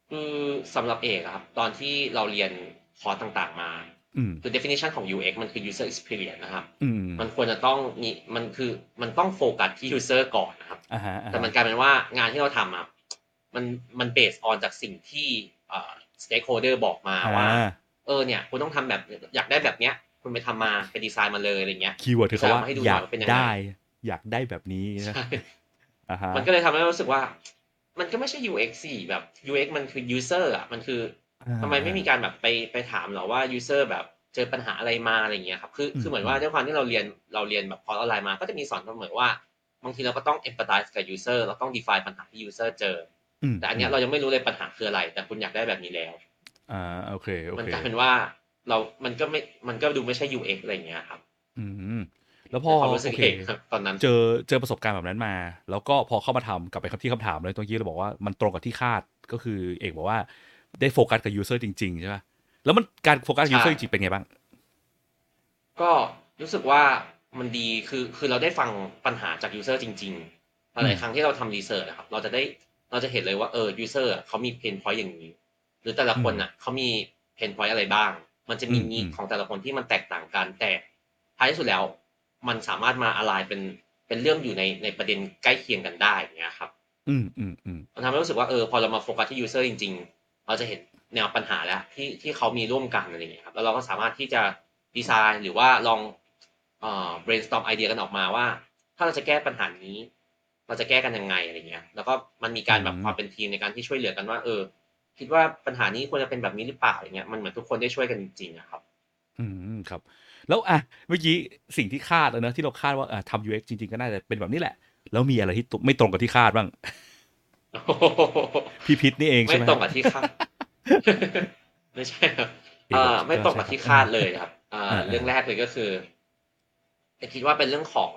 S2: คือสำหรับเอกอะครับตอนที่เราเรียนคอร์สต่างๆมา
S1: อืม
S2: คือ definition ของ ยู เอ็กซ์ มันคือ user experience นะครับ
S1: อืม
S2: มันควรจะต้องมีมันคือมันต้องโฟกัสที่ user ก่อนนะครับ
S1: อ่าฮะอ่า
S2: แต่
S1: ฮะ
S2: มันกลายเป็นว่างานที่เราทำอะมันมัน based on จากสิ่งที่เอ่อ stakeholder บอกมา
S1: อ่
S2: ว่า
S1: า
S2: เออเนี่ยคุณต้องทำแบบอยากได้แบบเนี้ยคุณไปทำมาไปดีไซน์มาเลยอะไรเงี้ย
S1: คีย์เวิร์ดคือคำว่า
S2: ดีไซน์มาให้ดู
S1: อยาก
S2: หน่อยว่าเป็นยังไง
S1: ได้อยากได้แบบนี้นะ
S2: ใช่
S1: อ่าฮะ
S2: มันก็เลยทำให้เรารู้สึกว่ามันก็ไม่ใช่ ยู เอ็กซ์ สิแบบ ยู เอ็กซ์ มันคือ user อ่ะมันคือ
S1: อ่า
S2: ทำไมไม่
S1: อ่า
S2: มีการแบบไปไปถามหรอว่า user แบบเจอปัญหาอะไรมาอะไรอย่างเงี้ยครับคือคือเหมือน
S1: อืมอืม
S2: ว่าด้วยความที่เราเรียนเราเรียนแบบคอร์สออนไลน์มาก็จะมีสอนเสมอว่าบางทีเราก็ต้อง empathize กับ user เราต้อง define ปัญหาที่ user เจอ
S1: อืม
S2: แต่อัน
S1: อืม
S2: เนี้ยเรายังไม่รู้เลยปัญหาคืออะไรแต่คุณอยากได้แบบนี้แล้ว
S1: อ่าโอเคโอ
S2: มัน
S1: เค
S2: กลายเป็นว่าเรามันก็ไม่มันก็ดูไม่ใช่ ยู เอ็กซ์ อะไรอย่างเงี้ยครับ
S1: อืมแล้วพอ
S2: ในความรู้สึ
S1: โอเค
S2: กเองครับตอนนั้น
S1: เจอเจอประสบการณ์แบบนั้นมาแล้วก็พอเข้ามาทำกลับไปคำที่คำถามเลยตรงนี้เราบอกว่ามันตรงกับที่คาดก็คือเอกบอกว่าได้โฟกัสกับยูเซอร์จริงๆใช่ป่ะแล้วมันการโฟกัสยู
S2: ใช่
S1: เซอร์จริงๆเป็นไงบ้าง
S2: ก็รู้สึกว่ามันดีคือคือเราได้ฟังปัญหาจากยูเซอร์จริงๆห
S1: อืม
S2: ลายๆครั้งที่เราทำรีเสิร์ชนะครับเราจะได้เราจะเห็นเลยว่าเออยูเซอร์เขามีเพนพอยต์อย่างนี้หรือแต่ละ
S1: อืม
S2: คนอ่ะเขามีเพนพอยต์อะไรบ้างมันจะมีนี
S1: อืมอืม
S2: ดของแต่ละคนที่มันแตกต่างกันแต่ท้ายที่สุดแล้วมันสามารถมาอะไรเป็นเป็นเรื่องอยู่ในในประเด็นใกล้เคียงกันได้อย่างเงี้ยครับ
S1: อืมอืมอืม
S2: มันทำให้รู้สึกว่าเออพอเรามาโฟกัสที่ยูเซอร์จริงๆเราจะเห็นแนวปัญหาแล้วที่ที่เขามีร่วมกันอะไรอย่างเงี้ยครับแล้วเราก็สามารถที่จะดีไซน์หรือว่าลองเอ่อ brainstorm ไอเดียกันออกมาว่าถ้าเราจะแก้ปัญหานี้เราจะแก้กันยังไงอะไรเงี้ยแล้วก็มันมี
S1: อื
S2: การแบบความเป็น
S1: ม
S2: ทีมในการที่ช่วยเหลือกันว่าเออคิดว่าปัญหานี้ควรจะเป็นแบบนี้หรือเปล่าอย่างเงี้ยมันเหมือนทุกคนได้ช่วยกันจริงๆอะครับ
S1: อืมครับแล้วอ่ะเมื่อกี้สิ่งที่คาดอะเนอะที่เราคาดว่าอ่ะทำ ยู เอ็กซ์ จริงๆก็น่าจะเป็นแบบนี้แหละแล้วมีอะไรที่ตรงไม่ตรงกับที่คาดบ้าง พี่พิษนี่เองใช่ไหมฮะ
S2: ไม่ตรงกับที่คาด ไม่ใช่ครับ
S1: เอกบอก
S2: เอ่อไม่
S1: ก็
S2: ตรงกับที่
S1: ใช่ครับเออ
S2: คาดเลยครับอ่า
S1: อ่าอ่า
S2: เรื่องแรกเลยก็คือคิดว่าเป็นเรื่องของ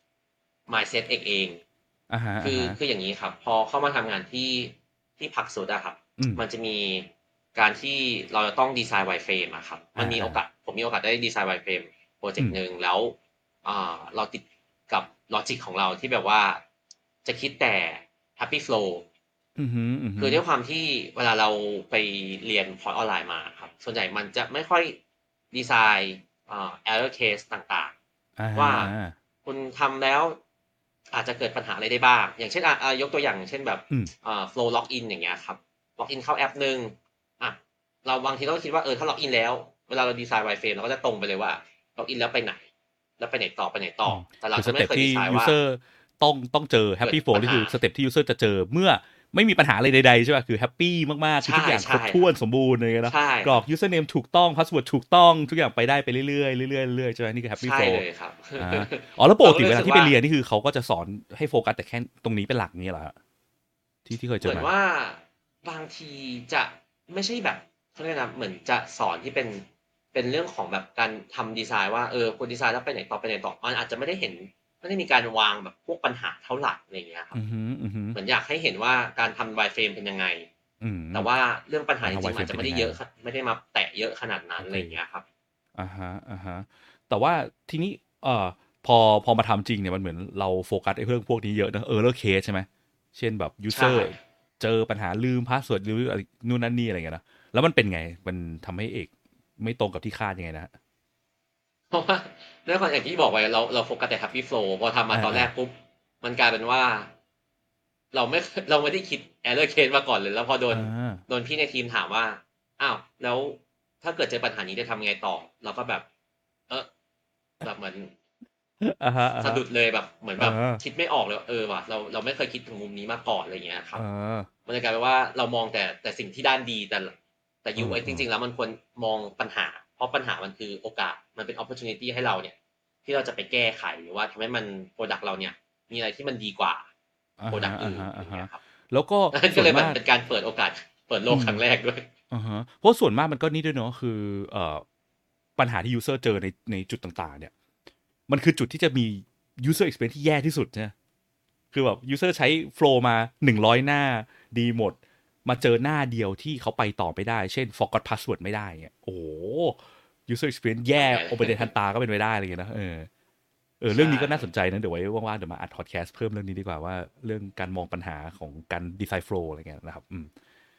S2: mindset เอกเอง
S1: อ่าฮะอ่า
S2: คือ
S1: ฮะ
S2: คืออย่างนี้ครับพอเข้ามาทำงานที่ที่พักสุดอะครับ
S1: อืม
S2: มันจะมีการที่เราจะต้องดีไซน์ไวเฟรมอะครับมันมีโอ
S1: อ่าอ่า
S2: กาสผมมีโอกาสได้ดีไซน์ไวเฟรมโปรเจก
S1: อืม
S2: ต์หนึ่งแล้วอ่าเราติดกับลอจิกของเราที่แบบว่าจะคิดแต่ happy flow
S1: อืมฮึอืมฮึ
S2: คือด้วยความที่เวลาเราไปเรียนคอร์สออนไลน์มาครับส่วนใหญ่มันจะไม่ค่อยดีไซน์อ่า error case ต่าง
S1: อ่า
S2: ๆว่า
S1: อ่า
S2: คุณทำแล้วอาจจะเกิดปัญหาอะไรได้บ้างอย่างเช่นอ่ะอ่ะยกตัวอย่างเช่นแบบ
S1: อืม
S2: อ่า flow login อย่างเงี้ยครับ login เข้าแอปหนึ่งอ่ะเราบางทีเราก็คิดว่าเออถ้า login แล้วเวลาเราดีไซน์ wireframe เราก็จะตรงไปเลยว่า login แล้วไปไหนแล้วไปไหนต่อไปไหนต่อ
S1: อืม
S2: แต่เรา
S1: คือส
S2: จะไม่เคย
S1: เต็ปที่
S2: ดีไซน์ว่า
S1: ยูเซอร์ต้องต้องเจอแฮป
S2: เกิด
S1: ปี้โฟล
S2: ปัญหา
S1: นี่คือสเต็ปที่ยูเซอร์จะเจอเมื่อไม่มีปัญหาอะไรใดๆใช่ป่ะคือแฮปปี้มากๆคือทุ
S2: ใช่
S1: กอย่างคร
S2: ใช่
S1: บถ้
S2: ครับ
S1: วนสมบูรณ์เลยนะ
S2: ใช่
S1: กรอก
S2: ครับ
S1: username ถูกต้อง password ถูกต้องทุกอย่างไปได้ไปเรื่อยๆเรื่อยๆเรื่อยๆใช่ไหมนี่คือแฮปปี้
S2: ใช่
S1: โฟล
S2: เลยครับ
S1: อ่าอ๋อแล้วป
S2: เรา
S1: กติเวลา
S2: ก็เลยรู้สึกว่า
S1: ที่ไปเรียนนี่คือเขาก็จะสอนให้โฟกัสแต่แค่ตรงนี้เป็นหลักนี้เหรอฮะที่ที่เคยเจอมา
S2: เหมือนว่าบางทีจะไม่ใช่แบบเขาเรียกนะเหมือนจะสอนที่เป็นเป็นเรื่องของแบบการทำดีไซน์ว่าเออควรดีไซน์แล้วไปไหนต่อไปไหนต่อมันอาจจะไม่ได้เห็นไม่ได้มีการวางแบบพวกปัญหาเท่าไหร่อะไรอย่างเงี้ยครับ
S1: อือฮึอือฮึ
S2: เหมือนอยากให้เห็นว่าการทำไวเฟรมเป็นยังไง
S1: อืม
S2: แต่ว่าเรื่องปัญหาจ
S1: การทำไว
S2: ริงๆมันอาจจะ
S1: เฟรมเป็นยังไง
S2: ไม่ได้เยอะไม่ได้มาแตะเยอะขนาดนั้น
S1: โอเค
S2: อะไรอย่างเงี้ยครับ
S1: อ่าฮะอ่าฮะแต่ว่าทีนี้เอ่อพอพอมาทำจริงเนี่ยมันเหมือนเราโฟกัสไอ้เรื่องพวกนี้เยอะนะเออร์เลอร์เคสใช่ไหมเช่นแบบยูเซอ
S2: ใช่
S1: ร์เจอปัญหาลืมพาสเวิร์ดหรืออะไรนู่นนั่นนี่อะไรเงี้ยนะแล้วมันเป็นไงมันทำให้เอกไม่ตรงกับที่คาดยังไงนะ
S2: เพราะว่าด้วยความอย่างที่บอกไปเราเราโฟกัสแต่ happy flow พอทำมา
S1: อ่าอ่า
S2: ตอนแรกปุ๊บมันกลายเป็นว่าเราไม่เราไม่ได้คิด error case มาก่อนเลยแล้วพอโด
S1: อ่
S2: น
S1: า
S2: โดนพี่ในทีมถามว่าอ้าวแล้วถ้าเกิดเจอปัญหานี้จะทำไงต่อเราก็แบบเออแบบเหมือน
S1: อ่าฮะอ่า
S2: สะ
S1: ฮะ
S2: ดุดเลยแบบเหมือน
S1: อ่า
S2: แบบคิดไม่ออกเลยว่าเออว่ะเราเราไม่เคยคิดถึงมุมนี้มาก่อนอะไรเงี้ยครั
S1: อ่
S2: บ
S1: า
S2: มันจะกลายเป็นว่าเรามองแต่แต่สิ่งที่ด้านดีแต่แต่
S1: เออ
S2: ยู เอ็กซ์
S1: เออ
S2: จริงๆแล้วมันควรมองปัญหาเพราะปัญหามันคือโอกาสมันเป็น opportunity ให้เราเนี่ย ที่เราจะไปแก้ไขหรือว่าทำให้มันโปรดักต์เราเนี่ยมีอะไรที่มันดีกว่า
S1: อ่าฮะ
S2: โปรดักต์อื่น
S1: อ่าฮะอ่าฮะ
S2: อย่างเงี้ยครับ
S1: แล้วก็
S2: นั่นก็เลยแบบ
S1: ส่วนมาก
S2: เป็นการเปิดโอกาสเปิดโล
S1: อืม
S2: กครั้งแรกด้วย
S1: อ่าฮะเพราะส่วนมากมันก็นี่ด้วยเนาะคือเอ่อปัญหาที่ยูเซอร์เจอในในจุดต่างๆเนี่ยมันคือจุดที่จะมี user experience ที่แย่ที่สุดนะคือแบบยูเซอร์ใช้โฟลว์มาหนึ่งร้อยหน้าดีหมดมาเจอหน้าเดียวที่เขาไปต่อไม่ได้เช่น forgot password ไม่ได้เงี้ยโอ้โห user experience แย่
S2: ทำไง
S1: โอเปเรตทันตาก็เป็นไปได้อะไรเงี้ยนะเออเออ เรื่อง
S2: ใช่
S1: นี้ก็น่าสนใจนะเดี๋ยวไว้ว่างๆเดี๋ยวมาอัดพอดแคสต์เพิ่มเรื่องนี้ดีกว่าว่าเรื่องการมองปัญหาของการดีไซน์โฟลว์อะไรเงี้ยนะครับอืม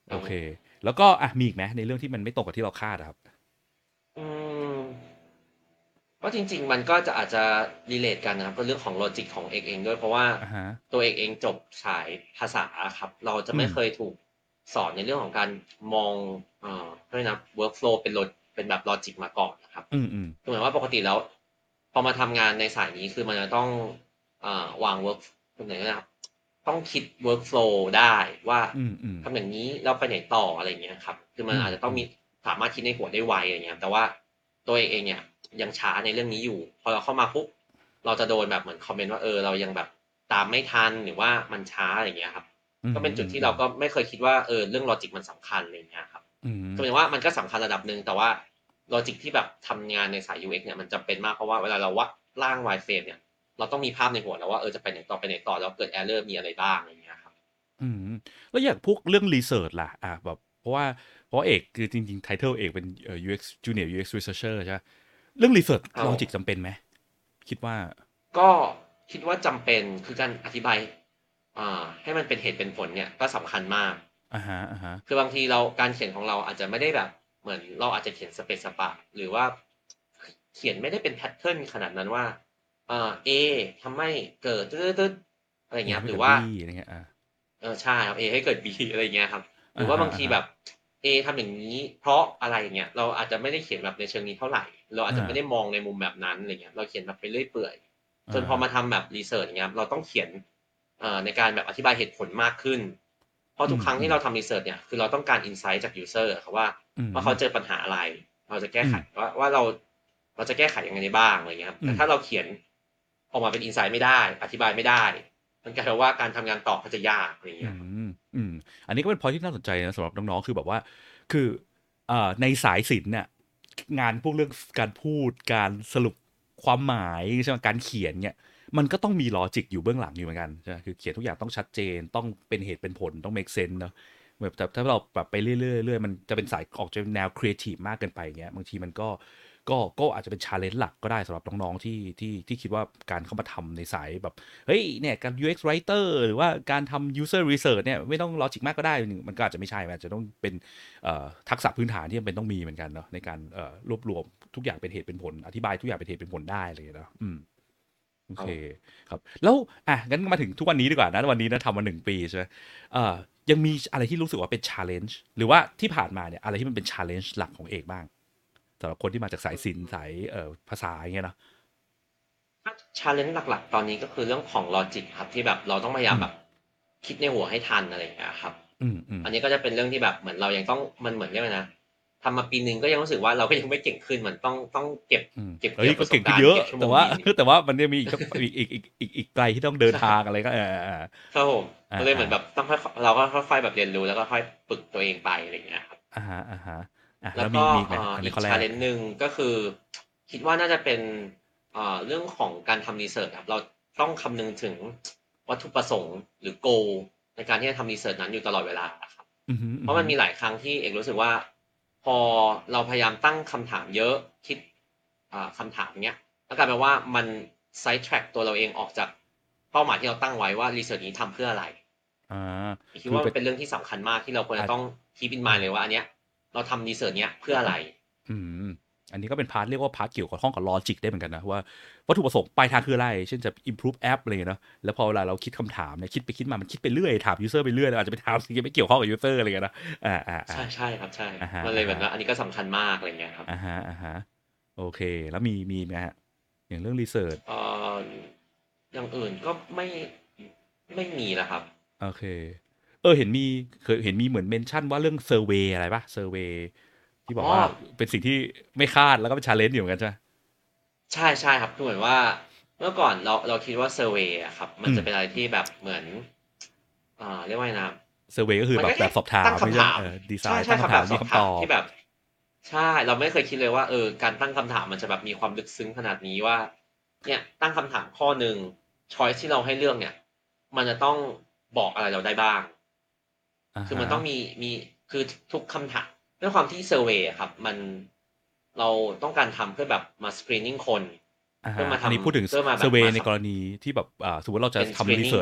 S1: โอเคแล้วก็อ่ะมีอีกไหมในเรื่องที่มันไม่ตรงกับที่เราคาดอะครับ
S2: อืมก็จริงๆมันก็จะอาจจะ relate กันนะครับก็เรื่องของ logic ของเอกเองด้วยเพราะว่า
S1: อ่าฮะ
S2: ตัวเอกเองจบสายภาษาอะครับเราจะ
S1: อืม
S2: ไม่เคยถูกสอนในเรื่องของการมองเอ่อด้วยนะ workflow เป็น log เป็นแบบ logic มาก่อนนะครับ
S1: อืมอืม
S2: คือหมายว่าปกติแล้วพอมาทำงานในสายนี้คือมันจะต้องเอ่อวาง work เป็นไหนนะครับต้องคิด workflow ได้ว่า
S1: อืมอืม
S2: ทำอย่างนี้แล้วไปไหนต่ออะไรอย่างเงี้ยครับคือมัน
S1: อืมอืม
S2: อาจจะต้องมีสามารถคิดในหัวได้ไวอะไรเงี้ยแต่ว่าตัวเอกเองเนี่ย ยังช้าในเรื่องนี้อยู่พอเราเข้ามาปุ๊บเราจะโดนแบบเหมือนคอมเมนต์ว่าเออเรายังแบบตามไม่ทันหรือว่ามันช้าอะไรอย่างเงี้ยครับ
S1: อืม
S2: ก็เป็นจุ
S1: อืมอืม
S2: ดที่เราก็ไม่เคยคิดว่าเออเรื่องลอจิกมันสำคัญอะไรอย่างเงี้ยครับ
S1: อืม
S2: คือหมายว่ามันก็สำคัญระดับหนึ่งแต่ว่าลอจิกที่แบบทำงานในสาย ยู เอ็กซ์ เนี่ยมันจำเป็นมากเพราะว่าเวลาเราวาดร่าง wireframe เนี่ยเราต้องมีภาพในหัวแล้วว่าเออจะไปไหนต่อไปไหนต่อแล้วเกิด error มีอะไรบ้างอะไรอย่างเงี้ยครับ
S1: อืมแล้วอย่างพวกเรื่องรีเสิร์ชล่ะอ่ะแบบเพราะว่าเพราะเอกคือจริงๆไทเทลเอกเป็นเอ่อ ยู เอ็กซ์ Junior ยู เอ็กซ์ Researcher ใช่ไหมเรื่องรีเสิร์ช
S2: ครับ
S1: ลอจิก
S2: ผม
S1: จำเป็นไหมคิดว่า
S2: ก็คิดว่าจำเป็นคือการอธิบายอ่าให้มันเป็นเหตุเป็นผลเนี่ยก็สำคัญมาก
S1: อ่าฮะอ่าฮะ
S2: คือบางทีเราการเขียนของเราอาจจะไม่ได้แบบเหมือนเราอาจจะเขียนสเปซสปะหรือว่าเขียนไม่ได้เป็นแพทเทิร์นขนาดนั้นว่าเอ่อ A ทำให้เกิดตึ๊ดๆอะไร
S1: เอ
S2: เงี้ย
S1: ให้กับ
S2: ครับหรือว่า
S1: B อะไรเงี้ยอ่า
S2: เออใช่ครับ A ให้เกิด B อะไรเงี้ยครับหรือว่า
S1: อ่าฮะอ่าฮะ
S2: บางทีแบบ A ทำอย่างนี้เพราะอะไรเงี้ยเราอาจจะไม่ได้เขียนแบบในเชิงนี้เท่าไหร่เราอาจ
S1: อ่า
S2: จะไม่ได้มองในมุมแบบนั้นอะไรเงี้ยเราเขียนแบบไปเรื่อยเปื่อยจนพอ
S1: อ่า
S2: มาทำแบบรีเสิร์ชเงี้ยเราต้องเขียนเอ่อในการแบบอธิบายเหตุผลมากขึ้น เพราะทุกครั้ง
S1: อืมอืม
S2: ที่เราทำรีเสิร์ชเนี่ยคือเราต้องการอินไซต์จากยูเซอร์ครับว่า
S1: อืม
S2: ว่าเขาเจอปัญหาอะไรเราจะแก้ไข
S1: อืม
S2: ว่าว่าเราเราจะแก้ไขยังไงได้บ้างอะไรเงี้ยครับ
S1: อืม
S2: แต่ถ้าเราเขียนออกมาเป็นอินไซต์ไม่ได้อธิบายไม่ได้มันกลายเป็นว่าการทำงานต่อก็จะยากอะไร
S1: อื
S2: เงี้ยครับ
S1: มอืมอันนี้ก็เป็น point ที่น่าสนใจนะสำหรับน้องๆคือแบบว่าคือเอ่อในสายศิลป์เนี่ยงานพวกเรื่องการพูดการสรุปความหมายใช่ไหมการเขียนเนี่ยมันก็ต้องมีลอจิกอยู่เบื้องหลังอยู่เหมือนกันใช่ไหมคือเขียนทุกอย่างต้องชัดเจนต้องเป็นเหตุเป็นผลต้อง make sense เนอะแบบแต่ถ้าเราแบบไปเรื่อยๆเรื่อยๆมันจะเป็นสายออกจะเป็นแนวครีเอทีฟมากเกินไปเงี้ยบางทีมันก็ก็ก็อาจจะเป็นชาเลนจ์หลักก็ได้สำหรับน้องๆที่ที่ที่คิดว่าการเข้ามาทำในสายแบบ เฮ้ยเนี่ยการ ยู เอ็กซ์ writer หรือว่าการทำ user research เนี่ยไม่ต้องลอจิกมากก็ได้มันก็อาจจะไม่ใช่มันอาจจะต้องเป็นทักษะพื้นฐานที่มันเป็นต้องมีเหมือนกันเนาะในการรวบรวมทุกอย่างเป็นเหตุเป็นผลอธิบายทุกอย่างเป็นเหตุเป็นผลได้เลยเนาะอืมโอเค
S2: เอา
S1: ครับแล้วอ่ะงั้นมาถึงทุกวันนี้ดีกว่านะวันนี้นะทำมาหนึ่งปีใช่ไหมเอ่อยังมีอะไรที่รู้สึกว่าเป็น challenge หรือว่าที่ผ่านมาเนี่ยอะไรที่มันเป็น challenge หลักของเอกบ้างสำหรับคนที่มาจากสายศิลป์สายเอ่อภาษาอย่างเงี้ยเนาะ
S2: ถ้าชาเลนจ์หลักๆตอนนี้ก็คือเรื่องของลอจิกครับที่แบบเราต้องพยายา
S1: อืม
S2: มแบบคิดในหัวให้ทันอะไรอย่างเงี้ยครับ
S1: อืมอืม
S2: อันนี้ก็จะเป็นเรื่องที่แบบเหมือนเรายังต้องมันเหมือนเรียกว่านะทำมาปีหนึ่งก็ยังรู้สึกว่าเราก็ยังไม่เก่งขึ้นเหมือนต้องต้องเก็บ
S1: อืม
S2: เก็บ
S1: เอ้
S2: เกี่ยวประสบ
S1: ยก็เก่งขึ้
S2: การณ์เก็บชั่วโม
S1: นเยอะแต่ว่า
S2: งบินอีก
S1: แต่ว่ามันยังมีอีกต้องอีกอีกอีกอีกอีกไกลที่ต้องเดิน
S2: ใช่
S1: ทางอะไรก็เออเออ
S2: ครับผม
S1: อ่าอ่า
S2: ก็เลยเหมือนแบบต้องค่อยเราก็ค่อยๆแบบเรียนรู้แล้วก็ค่อยฝึกตัวเองไปอะไรอย่างเงี้ยครับ
S1: อ่าฮะอ่าฮะอ่าแล้
S2: แล้วก็
S1: วมีมีอีกไหม
S2: เอ่ออีกชา
S1: อันนี้ข้อแรก
S2: เลนจ์หนึ่งก็คือคิดว่าน่าจะเป็นเอ่อเรื่องของการทำรีเสิร์ชครับเราต้องคำนึงถึงวัตถุประสงค์หรือ goal ในการที่จะทำรีเสิร์ชนั้นอยู่ตลอดเวลาครับ
S1: อือหือ
S2: เพราะมัน
S1: อือหือ
S2: มีหลายครั้งที่เอกรู้สึกว่าพอเราพยายามตั้งคำถามเยอะคิดอ่าคำถามเนี้ยแล้วกลายเป็นว่ามันไซ d ์แทร็กตัวเราเองออกจากเป้าหมายที่เราตั้งไว้ว่ารีเสิร์ชนี้ทำเพื่ออะไร
S1: อ่า
S2: คิด
S1: คือเป็น
S2: ว่ามันเป็นเรื่องที่สำคัญมากที่เราควร
S1: อาจ
S2: จะต้อง keep in
S1: เอ
S2: mind
S1: อ
S2: เลยว่าอันเนี้ยเราทำรีเสิร์ชเนี้ยเพื่ออะไร
S1: อืมอันนี้ก็เป็นพาร์ทเรียกว่าพาร์ทเกี่ยวกับห้องกับลอจิกได้เหมือนกันนะว่าวัตถุประสงค์ปลายทางคืออะไรเช่นจะ improve app อะไรเนาะแล้วพอเวลาเราคิดคำถามเนี่ยคิดไปคิดมามันคิดไปเรื่อยถาม user ไปเรื่อยแล้วอาจจะไปถามสิ่งที่ไม่เกี่ยวข้องกับ user อะไรเงี้ยนะอ่าอ่าอ่า
S2: ใช่ใช่ครับใช่
S1: อ่าฮะ
S2: มันเลยเหมือ
S1: อ่าฮะ
S2: นว่าอันนี้ก็สำคัญมากอะไรเงี้ยครับ
S1: อ่าฮะอ่าฮะโอเคแล้วมีมีไหมฮะอย่างเรื่องรีเสิร์ช
S2: เอ่ออย่างอื่นก็ไม่ไม่มีแล้วครับ
S1: โอเคเออเห็นมีเคยเห็นมีเหมือนเมนชั่นว่าเรื่องเซอร์เวย์อะไรปะเซอร์เวย์ที่บอก
S2: อ๋อ
S1: ว่าเป็นสิ่งที่ไม่คาดแล้วก็เป็นชาเลนจ์อยู่เหมือนกันใช่ไหม
S2: ใช่ใช่ครับคือเหมือนว่าเมื่อก่อนเราเราคิดว่าเซอร์เวย์อะครับมัน
S1: อืม
S2: จะเป็นอะไรที่แบบเหมือนอ่าเรียกว่าไงนะ
S1: เซอร์เวย์ก็คือ
S2: มันก็แค่
S1: แบบแบบสอบถามไม่ใช่
S2: ตั้งคำถาม
S1: เออดีไซ
S2: ใช่
S1: น์ตั้งคำถาม
S2: ใช่ครับแบบสอบถาม
S1: มีคำตอบ
S2: ที่แบบใช่เราไม่เคยคิดเลยว่าเออการตั้งคำถามมันจะแบบมีความลึกซึ้งขนาดนี้ว่าเนี่ยตั้งคำถามข้อหนึ่งช้อยที่เราให้เลือกเนี่ยมันจะต้องบอกอะไรเราได้บ้าง
S1: อ่าฮะ
S2: คือมันต้องมีมีคือทุกคำถามด้วยความที่เซอร์เวย์ครับมันเราต้องการทำเพื่อแบบมาสกรีนนิ่งคน
S1: อ่าฮะ
S2: เพื่อมาท
S1: อันนี้พูดถึ
S2: ำ
S1: ง
S2: เพื่อมา
S1: เซอร์เว
S2: แบบมาสับ
S1: ย์ในกรณีที่แบบอ่าสมมติเราจะ
S2: เป็นสกรี
S1: ทำ
S2: นนิ่ง
S1: รีเสิร์ชแบบ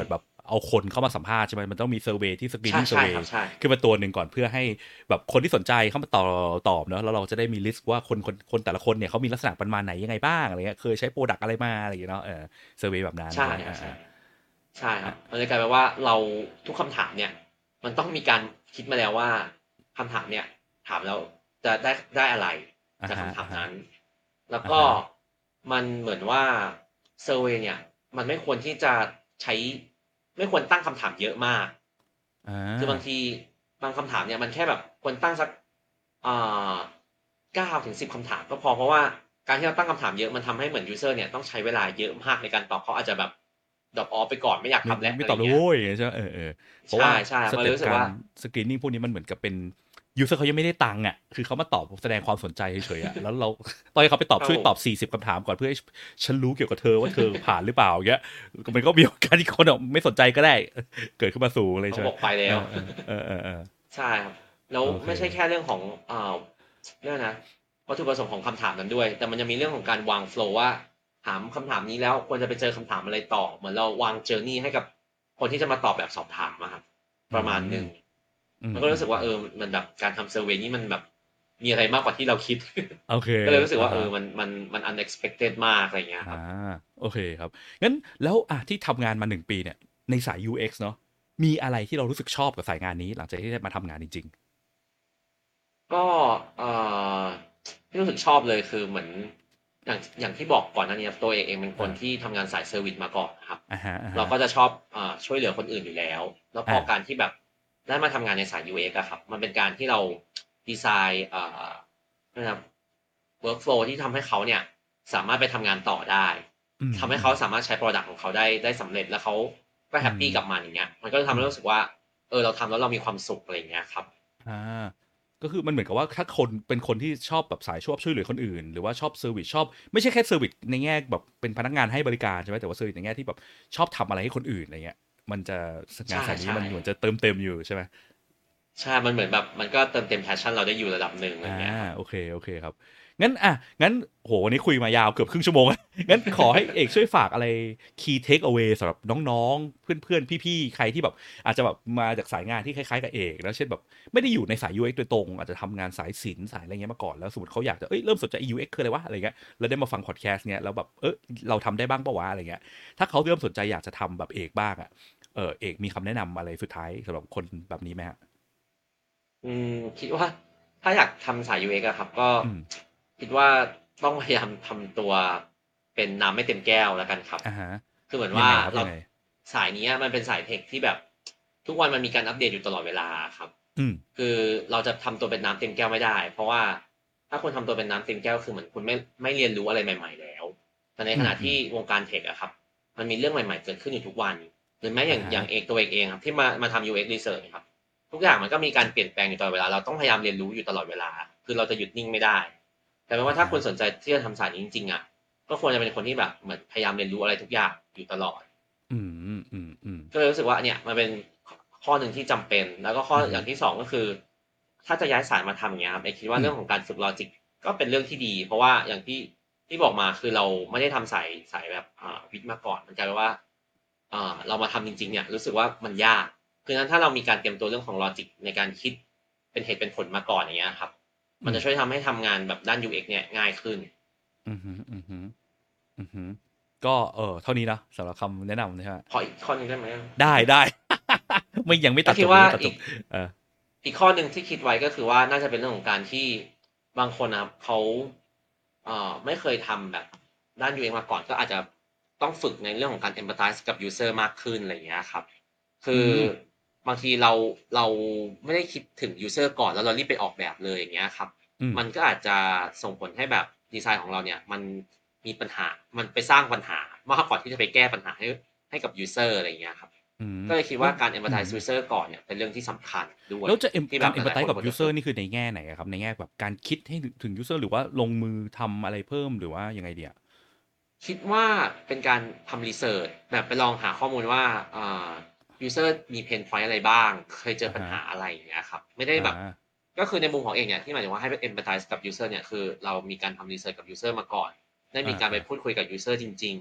S1: เอาคนเข้ามาสัมภาษณ์ใช่ไหมมันต้องมีเซอร์เวย์ที่สกรีน
S2: ใช่
S1: นิ่งเซอ
S2: ใช่
S1: ร์เว
S2: ครับ
S1: ย์
S2: ใช่
S1: ขึ้นมาตัวหนึ่งก่อนเพื่อให้แบบคนที่สนใจเข้ามาตอบตอบเนอะแล้วเราจะได้มีลิสต์ว่าคนคนคนแต่ละคนเนี่ยเขามีลักษณะประมาณไหนยังไงบ้างอะไรเงี้ยเคยใช้โปรดักต์อะไรมาอะไรอย่างเงี้ยเนาะเออเซอร์เวย์แบบนั้น
S2: ใช่
S1: ใช่ไหม
S2: ครับ
S1: อ่า
S2: ใช่ใช่ค
S1: อ่า
S2: รับมันเลยกลายเป็นว่าเราทุกคำถามเนี่ย มันต้องมีการคิดมาแล้วว่าคำถามเนี่ย ถามแล้วจะได้ได้อะไร
S1: อ่า
S2: จาก
S1: ฮะ
S2: คำถาม
S1: อ่าฮะ
S2: นั้น แล้ว
S1: อ่า
S2: ก็
S1: ฮะ
S2: มันเหมือนว่าเซอร์เวย์เนี่ย มันไม่ควรที่จะใช้ ไม่ควรตั้งคำถามเยอะมาก
S1: อ่า
S2: คือบางทีบางคำถามเนี่ยมันแค่แบบควรตั้งสักอ่าเก้าถึงสิบคำถามก็พอเพราะว่าการที่เราตั้งคำถามเยอะมันทำให้เหมือนยูเซอร์เนี่ยต้องใช้เวลาเยอะมากในการตอบเขาอาจจะแบบดรอปออฟไปก่อนไม่อยาก
S1: ไม่
S2: ทำแล้ว
S1: ไม่
S2: อะไร
S1: ตอบเลย
S2: เงี้ย
S1: โว้ยใช่ไหมเออเออเพราะว่า
S2: ใช่ใช่
S1: ส
S2: มันเล
S1: เต็
S2: ย
S1: ป
S2: รู้สึก
S1: การ
S2: ว่า
S1: สกรีนนิ่งพวกนี้มันเหมือนกับเป็นยูเซอร์เขายังไม่ได้ตังค์อ่ะคือเขามาตอบแสดงความสนใจเฉยๆอ่ะ แล้วเราตอนที่เขาไปตอบ
S2: ครับ
S1: ช่วย
S2: ผม
S1: ตอบสี่สิบคำถามก่อนเพื่อให้ฉันรู้เกี่ยวกับเธอว่าเธอผ่านหรือเปล่าอย่างเงี้ยมันก็มีโอกาสที่คนอ่ะไม่สนใจก็ได้ เกิดขึ้นมาสูงเลย
S2: ต้อ
S1: ใช่
S2: ง
S1: ไหม
S2: บอกไปแล้ว
S1: เออเออเออเออ
S2: ใช่ครับแล้ว
S1: โอเค
S2: ไม่ใช่แค่เรื่องของเอ่อเรื่องนะวัตถุประสงค์ของคำถามนั้นด้วย แต่มันจะมีเรื่องของการวางโฟล์ว่า ถามคำถามนี้แล้วควรจะไปเจอคำถามอะไรต่อ เหมือนเราวางเจอร์นี่ให้กับคนที่จะมาตอบแบบสอบถามอะครับประมาณหนึ่ง
S1: อื
S2: มันก็รู้สึกว่าเออมันแบบการทำเซอร์เวย์นี่มันแบบมีอะไรมากกว่าที่เราคิด
S1: โอเค
S2: ก็เลยรู้สึกว่า
S1: อ่า
S2: เอ
S1: ฮะ
S2: อมันมันมัน unexpected มากอะไรเงี้ยค
S1: อ่า
S2: รับ
S1: โอเคครับงั้นแล้วอ่ะที่ทำงานมาหนึ่งปีเนี่ยในสาย ยู เอ็กซ์ เนาะมีอะไรที่เรารู้สึกชอบกับสายงานนี้หลังจากที่ได้มาทำงานจริง
S2: ก็เอ่อที่รู้สึกชอบเลยคือเหมือนอย่างอย่างที่บอกก่อนหน้านี้ครับตัวเองเองเป็นคน
S1: อ่า
S2: ที่ทำงานสายเซอร์วิสมาก่อนครับ
S1: ๆอ่าฮะอ่าฮะ
S2: เราก็จะชอบอ่าช่วยเหลือคนอื่นอยู่แล้ว แล้วพอ
S1: อ่า
S2: การที่แบบได้มาทำงานในสาย ยู เอ็กซ์ อะครับ มันเป็นการที่เราดีไซน์อ่านะครับ workflow ที่ทำให้เขาเนี่ยสามารถไปทำงานต่อได้
S1: อืม
S2: ทำให้เขาสามารถใช้ product ของเขาได้ได้สำเร็จแล้วเขาก็แฮปปี้
S1: อืม
S2: กับมันอย่างเงี้ย มันก็จะทำให้รู้สึกว่าเออเราทำแล้วเรามีความสุขอะไรอย่างเงี้ยครับ
S1: อ่าก็คือมันเหมือนกับว่าถ้าคนเป็นคนที่ชอบแบบสายชอบช่วยเหลือคนอื่น หรือว่าชอบเซอร์วิสชอบไม่ใช่แค่เซอร์วิสในแง่แบบเป็นพนักงานให้บริการใช่ไหมแต่ว่าเซอร์วิสในแง่ที่แบบชอบทำอะไรให้คนอื่นอะไรเงี้ยมันจะงานสายนี้
S2: ใช่
S1: มันเหมือนจะเติมเต็มอยู่ใช่ไหม
S2: ใช่ มันเหมือนแบบมันก็เติมเต็ม passion เราได้อยู่ระดับหนึ่งอะไร
S1: อ่า
S2: เงี้ยครับ
S1: โอเคโอเคครับงั้นอ่ะงั้นโหวันนี้คุยมายาวเกือบครึ่งชั่วโมง งั้นขอให้เอกช่วยฝากอะไร key take away สำหรับน้องๆ เพื่อนๆ พี่ๆ ใครที่แบบอาจจะแบบมาจากสายงานที่คล้ายๆกับเอกแล้วเช่นแบบไม่ได้อยู่ในสาย ยู เอ็กซ์ โดยตรงอาจจะทำงานสายศิลป์สายอะไรเงี้ยมาก่อนแล้วสมมติเขาอยากจะเอ้ยเริ่มสนใจ ยู เอ็กซ์ คืออะไรวะอะไรเงี้ยแล้วได้มาฟังพอดแคสต์เนี้ยแล้วแบบเออเราทำได้บ้างปะวะอะไรเงี้ยถ้าเขาเริ่มสนใจอยากจะทำแบบเอกบ้างอ่ะเออเอกมีคำแนะนำอะไรสุดท้ายสำหรับคนแบบนี้ไหมฮะ
S2: อืมคิดว่าถ้าอยากทำสาย ยู เอ็กซ์ อะครับ ก็
S1: อืม
S2: คิดว่าต้องพยายามทำตัวเป็นน้ำไม่เต็มแก้วแล้วกันครับ
S1: อ่าฮะ
S2: คือเหมือน
S1: ยั
S2: ว่าง
S1: ไงครับ
S2: เรา
S1: ยังไง
S2: สายนี้มันเป็นสายเทคที่แบบ ทุกวันมันมีการอัปเดตอยู่ตลอดเวลาครับ
S1: อืม
S2: คือเราจะทำตัวเป็นน้ำเต็มแก้วไม่ได้ เพราะว่าถ้าคุณทำตัวเป็นน้ำเต็มแก้วคือเหมือนคุณไม่ไม่เรียนรู้อะไรใหม่ ๆ แล้ว แต่ในขณะ
S1: อืม
S2: ที่วงการเทคอะครับ มันมีเรื่องใหม่ๆเกิดขึ้นอยู่ทุกวัน หรือแม้อย่าง
S1: อ่าฮะ
S2: อย่างเอกตัวเองเองครับที่มามาทำ ยู เอ็กซ์ Research ครับ ทุกอย่างมันก็มีการเปลี่ยนแปลงอยู่ตลอดเวลา เราต้องพยายามเรียนรู้อยู่ตลอดเวลา คือเราจะหยุดนิ่งไม่ได้ แต่ไม่ว่าถ้าคุณสนใจที่จะทำสายนี้จริงๆอะก็ควรจะเป็นคนที่แบบเหมือนพยายามเรียนรู้อะไรทุกอย่างอยู่ตลอด
S1: อืมอืมอืมอืม
S2: ก็เลยรู้สึกว่าเนี่ยมันเป็นข้อหนึ่งที่จำเป็น แล้วก็ข้อ
S1: อือฮึ
S2: อย่างที่สองก็คือ ถ้าจะย้ายสายมาทำอย่างเงี้ยครับเอกคิดว่า
S1: อืม
S2: เรื่องของการฝึกลอจิกก็เป็นเรื่องที่ดี เพราะว่าอย่างที่ที่บอกมาคือเราไม่ได้ทำสายสายแบบอ่าวิทย์มาก่อนมันกลายเป็นว่าอ่าเรามาทำจริงๆเนี่ยรู้สึกว่ามันยากคือนั้นถ้าเรามีการเตรียมตัวเรื่องของลอจิกในการคิดเป็นเหตุเป็นผลมาก่อนอย่างเงี้ยครับ มันจะช่วยทำให้ทำงานแบบด้าน ยู เอ็กซ์ เนี่ยง่ายขึ้น
S1: อืมฮึอืมฮึอืมฮึก็เออเท่านี้นะสำหรับคำแนะนำนะฮะ
S2: ขออีกข้อหนึงได้ไหม
S1: ได้ได้ ไม่ยังไม่ตัด
S2: ก็คิ
S1: จ
S2: ด
S1: บ
S2: ว่า
S1: ยังไม่ตัดจ
S2: อี
S1: บ
S2: ก
S1: เออ
S2: อีกข้อหนึ่งที่คิดไว้ก็คือว่าน่าจะเป็นเรื่องของการที่บางคนนะครับเขาเอ่อไม่เคยทำแบบด้าน ยู เอ็กซ์ มาก่อนก็อาจจะต้องฝึกในเรื่องของการ empathize กับ user มากขึ้นอะไรอย่างเงี้ยครับคืออ
S1: ม
S2: บางทีเราเราไม่ได้คิดถึง user ก่อนแล้วเรารีบไปออกแบบเลยอย่างเงี้ยครับ
S1: อืม
S2: มันก็อาจจะส่งผลให้แบบดีไซน์ของเราเนี่ยมันมีปัญหามันไปสร้างปัญหามากกว่าที่จะไปแก้ปัญหาให้ให้กับ user อะไรอย่างเงี้ยครับ
S1: อืม
S2: ก็เลยคิดว่าการ
S1: อืม
S2: empathize user ก่อนเนี่ยเป็นเรื่องที่สำคัญด้วย
S1: แล้วจะ em
S2: ที่แบ
S1: การ
S2: บหลายๆ
S1: empathize
S2: คน
S1: กับ
S2: ควรจะ
S1: user
S2: ฝึก
S1: นี่คือในแง่ไหนอะครับ ในแง่แบบการคิดให้ถึง user หรือว่าลงมือทำอะไรเพิ่มหรือว่ายังไงดีอะ
S2: คิดว่าเป็นการทำรีเสิร์ชแบบไปลองหาข้อมูลว่าอ่า user มี pain point อะไรบ้าง เคยเจอปัญหาอะไรอย่างเงี้ยครับ ไม่ได้แบบ
S1: อ่า
S2: ก็คือในมุมของเองเนี่ยที่หมายถึงว่าให้ไป empathize กับ user เนี่ยคือเรามีการทำรีเสิร์ชกับ user มาก่อน ได้มีการไป
S1: อ่า
S2: พูดคุยกับ user จริง ๆ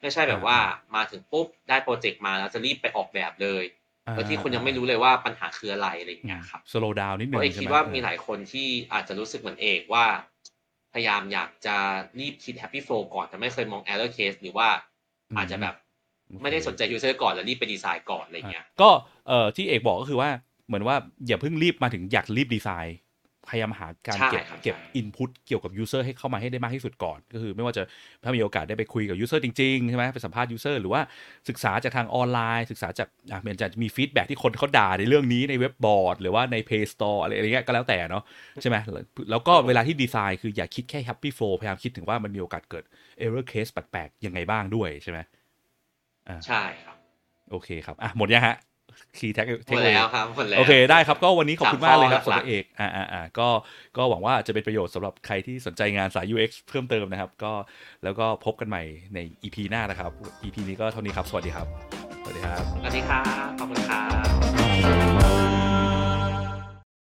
S2: ไม่ใช่แบบว่ามาถึงปุ๊บได้โปรเจกต์มาแล้วจะรีบไปออกแบบเลยโดยที่คุณยังไม่รู้เลยว่าปัญหาคืออะไรอะไรอย่างเงี้ยครับ
S1: slow down นิดนึง
S2: เพราะเอกคิดว่ามีหลายคนที่อาจจะรู้สึกเหมือนเอกว่าพยายามอยากจะรีบคิด happy flow ก่อนแต่ไม่เคยมอง error case หรือว่าอาจจะแบบไม่ได้สนใจ user ก่อนแล้วรีบไปดีไซน์ก่อนอะไรเงี้ย
S1: ก็เอ่อที่ekบอกก็คือว่าเหมือนว่าอย่าเพิ่งรีบมาถึงอยากรีบดีไซน์พยายามหาการเก็บเก็บ input เกี่ยวกับ user ให้เข้ามาให้ได้มากที่สุดก่อนก็คือไม่ว่าจะถ้ามีโอกาสได้ไปคุยกับ user จริงๆใช่ไหมไปสัมภาษณ์ user หรือว่าศึกษาจากทางออนไลน์ศึกษาจากอ่ะมันจะมี feedback ที่คนเขาด่าในเรื่องนี้ในเว็บบอร์ดหรือว่าใน Play Store อะไรอะไรเงี้ยก็แล้วแต่เนาะใช่ไหมแล้วก็เวลาที่ดีไซน์คืออย่าคิดแค่ happy flow พยายามคิดถึงว่ามันมีโอกาสเกิด error case แปลกๆยังไงบ้างด้วยใช่ไหมอ่า
S2: ใช่ครับ
S1: โอเคครับอ่ะหมดยังฮะคีย์แท็ก
S2: หมดแล้วครับหมดแล้ว
S1: โอเคได้ครับก็วันนี้ขอบคุณมากเลยครับสำหรับเอกอ่าอ่าอ่าก็ก็หวังว่าจะเป็นประโยชน์สำหรับใครที่สนใจงานสาย ยู เอ็กซ์ เพิ่มเติมนะครับก็แล้วก็พบกันใหม่ใน อี พี หน้านะครับ อี พี นี้ก็เท่านี้ครับสวัสดีครับสวัสดีครับ
S2: สวัสดีครับขอบคุณครับ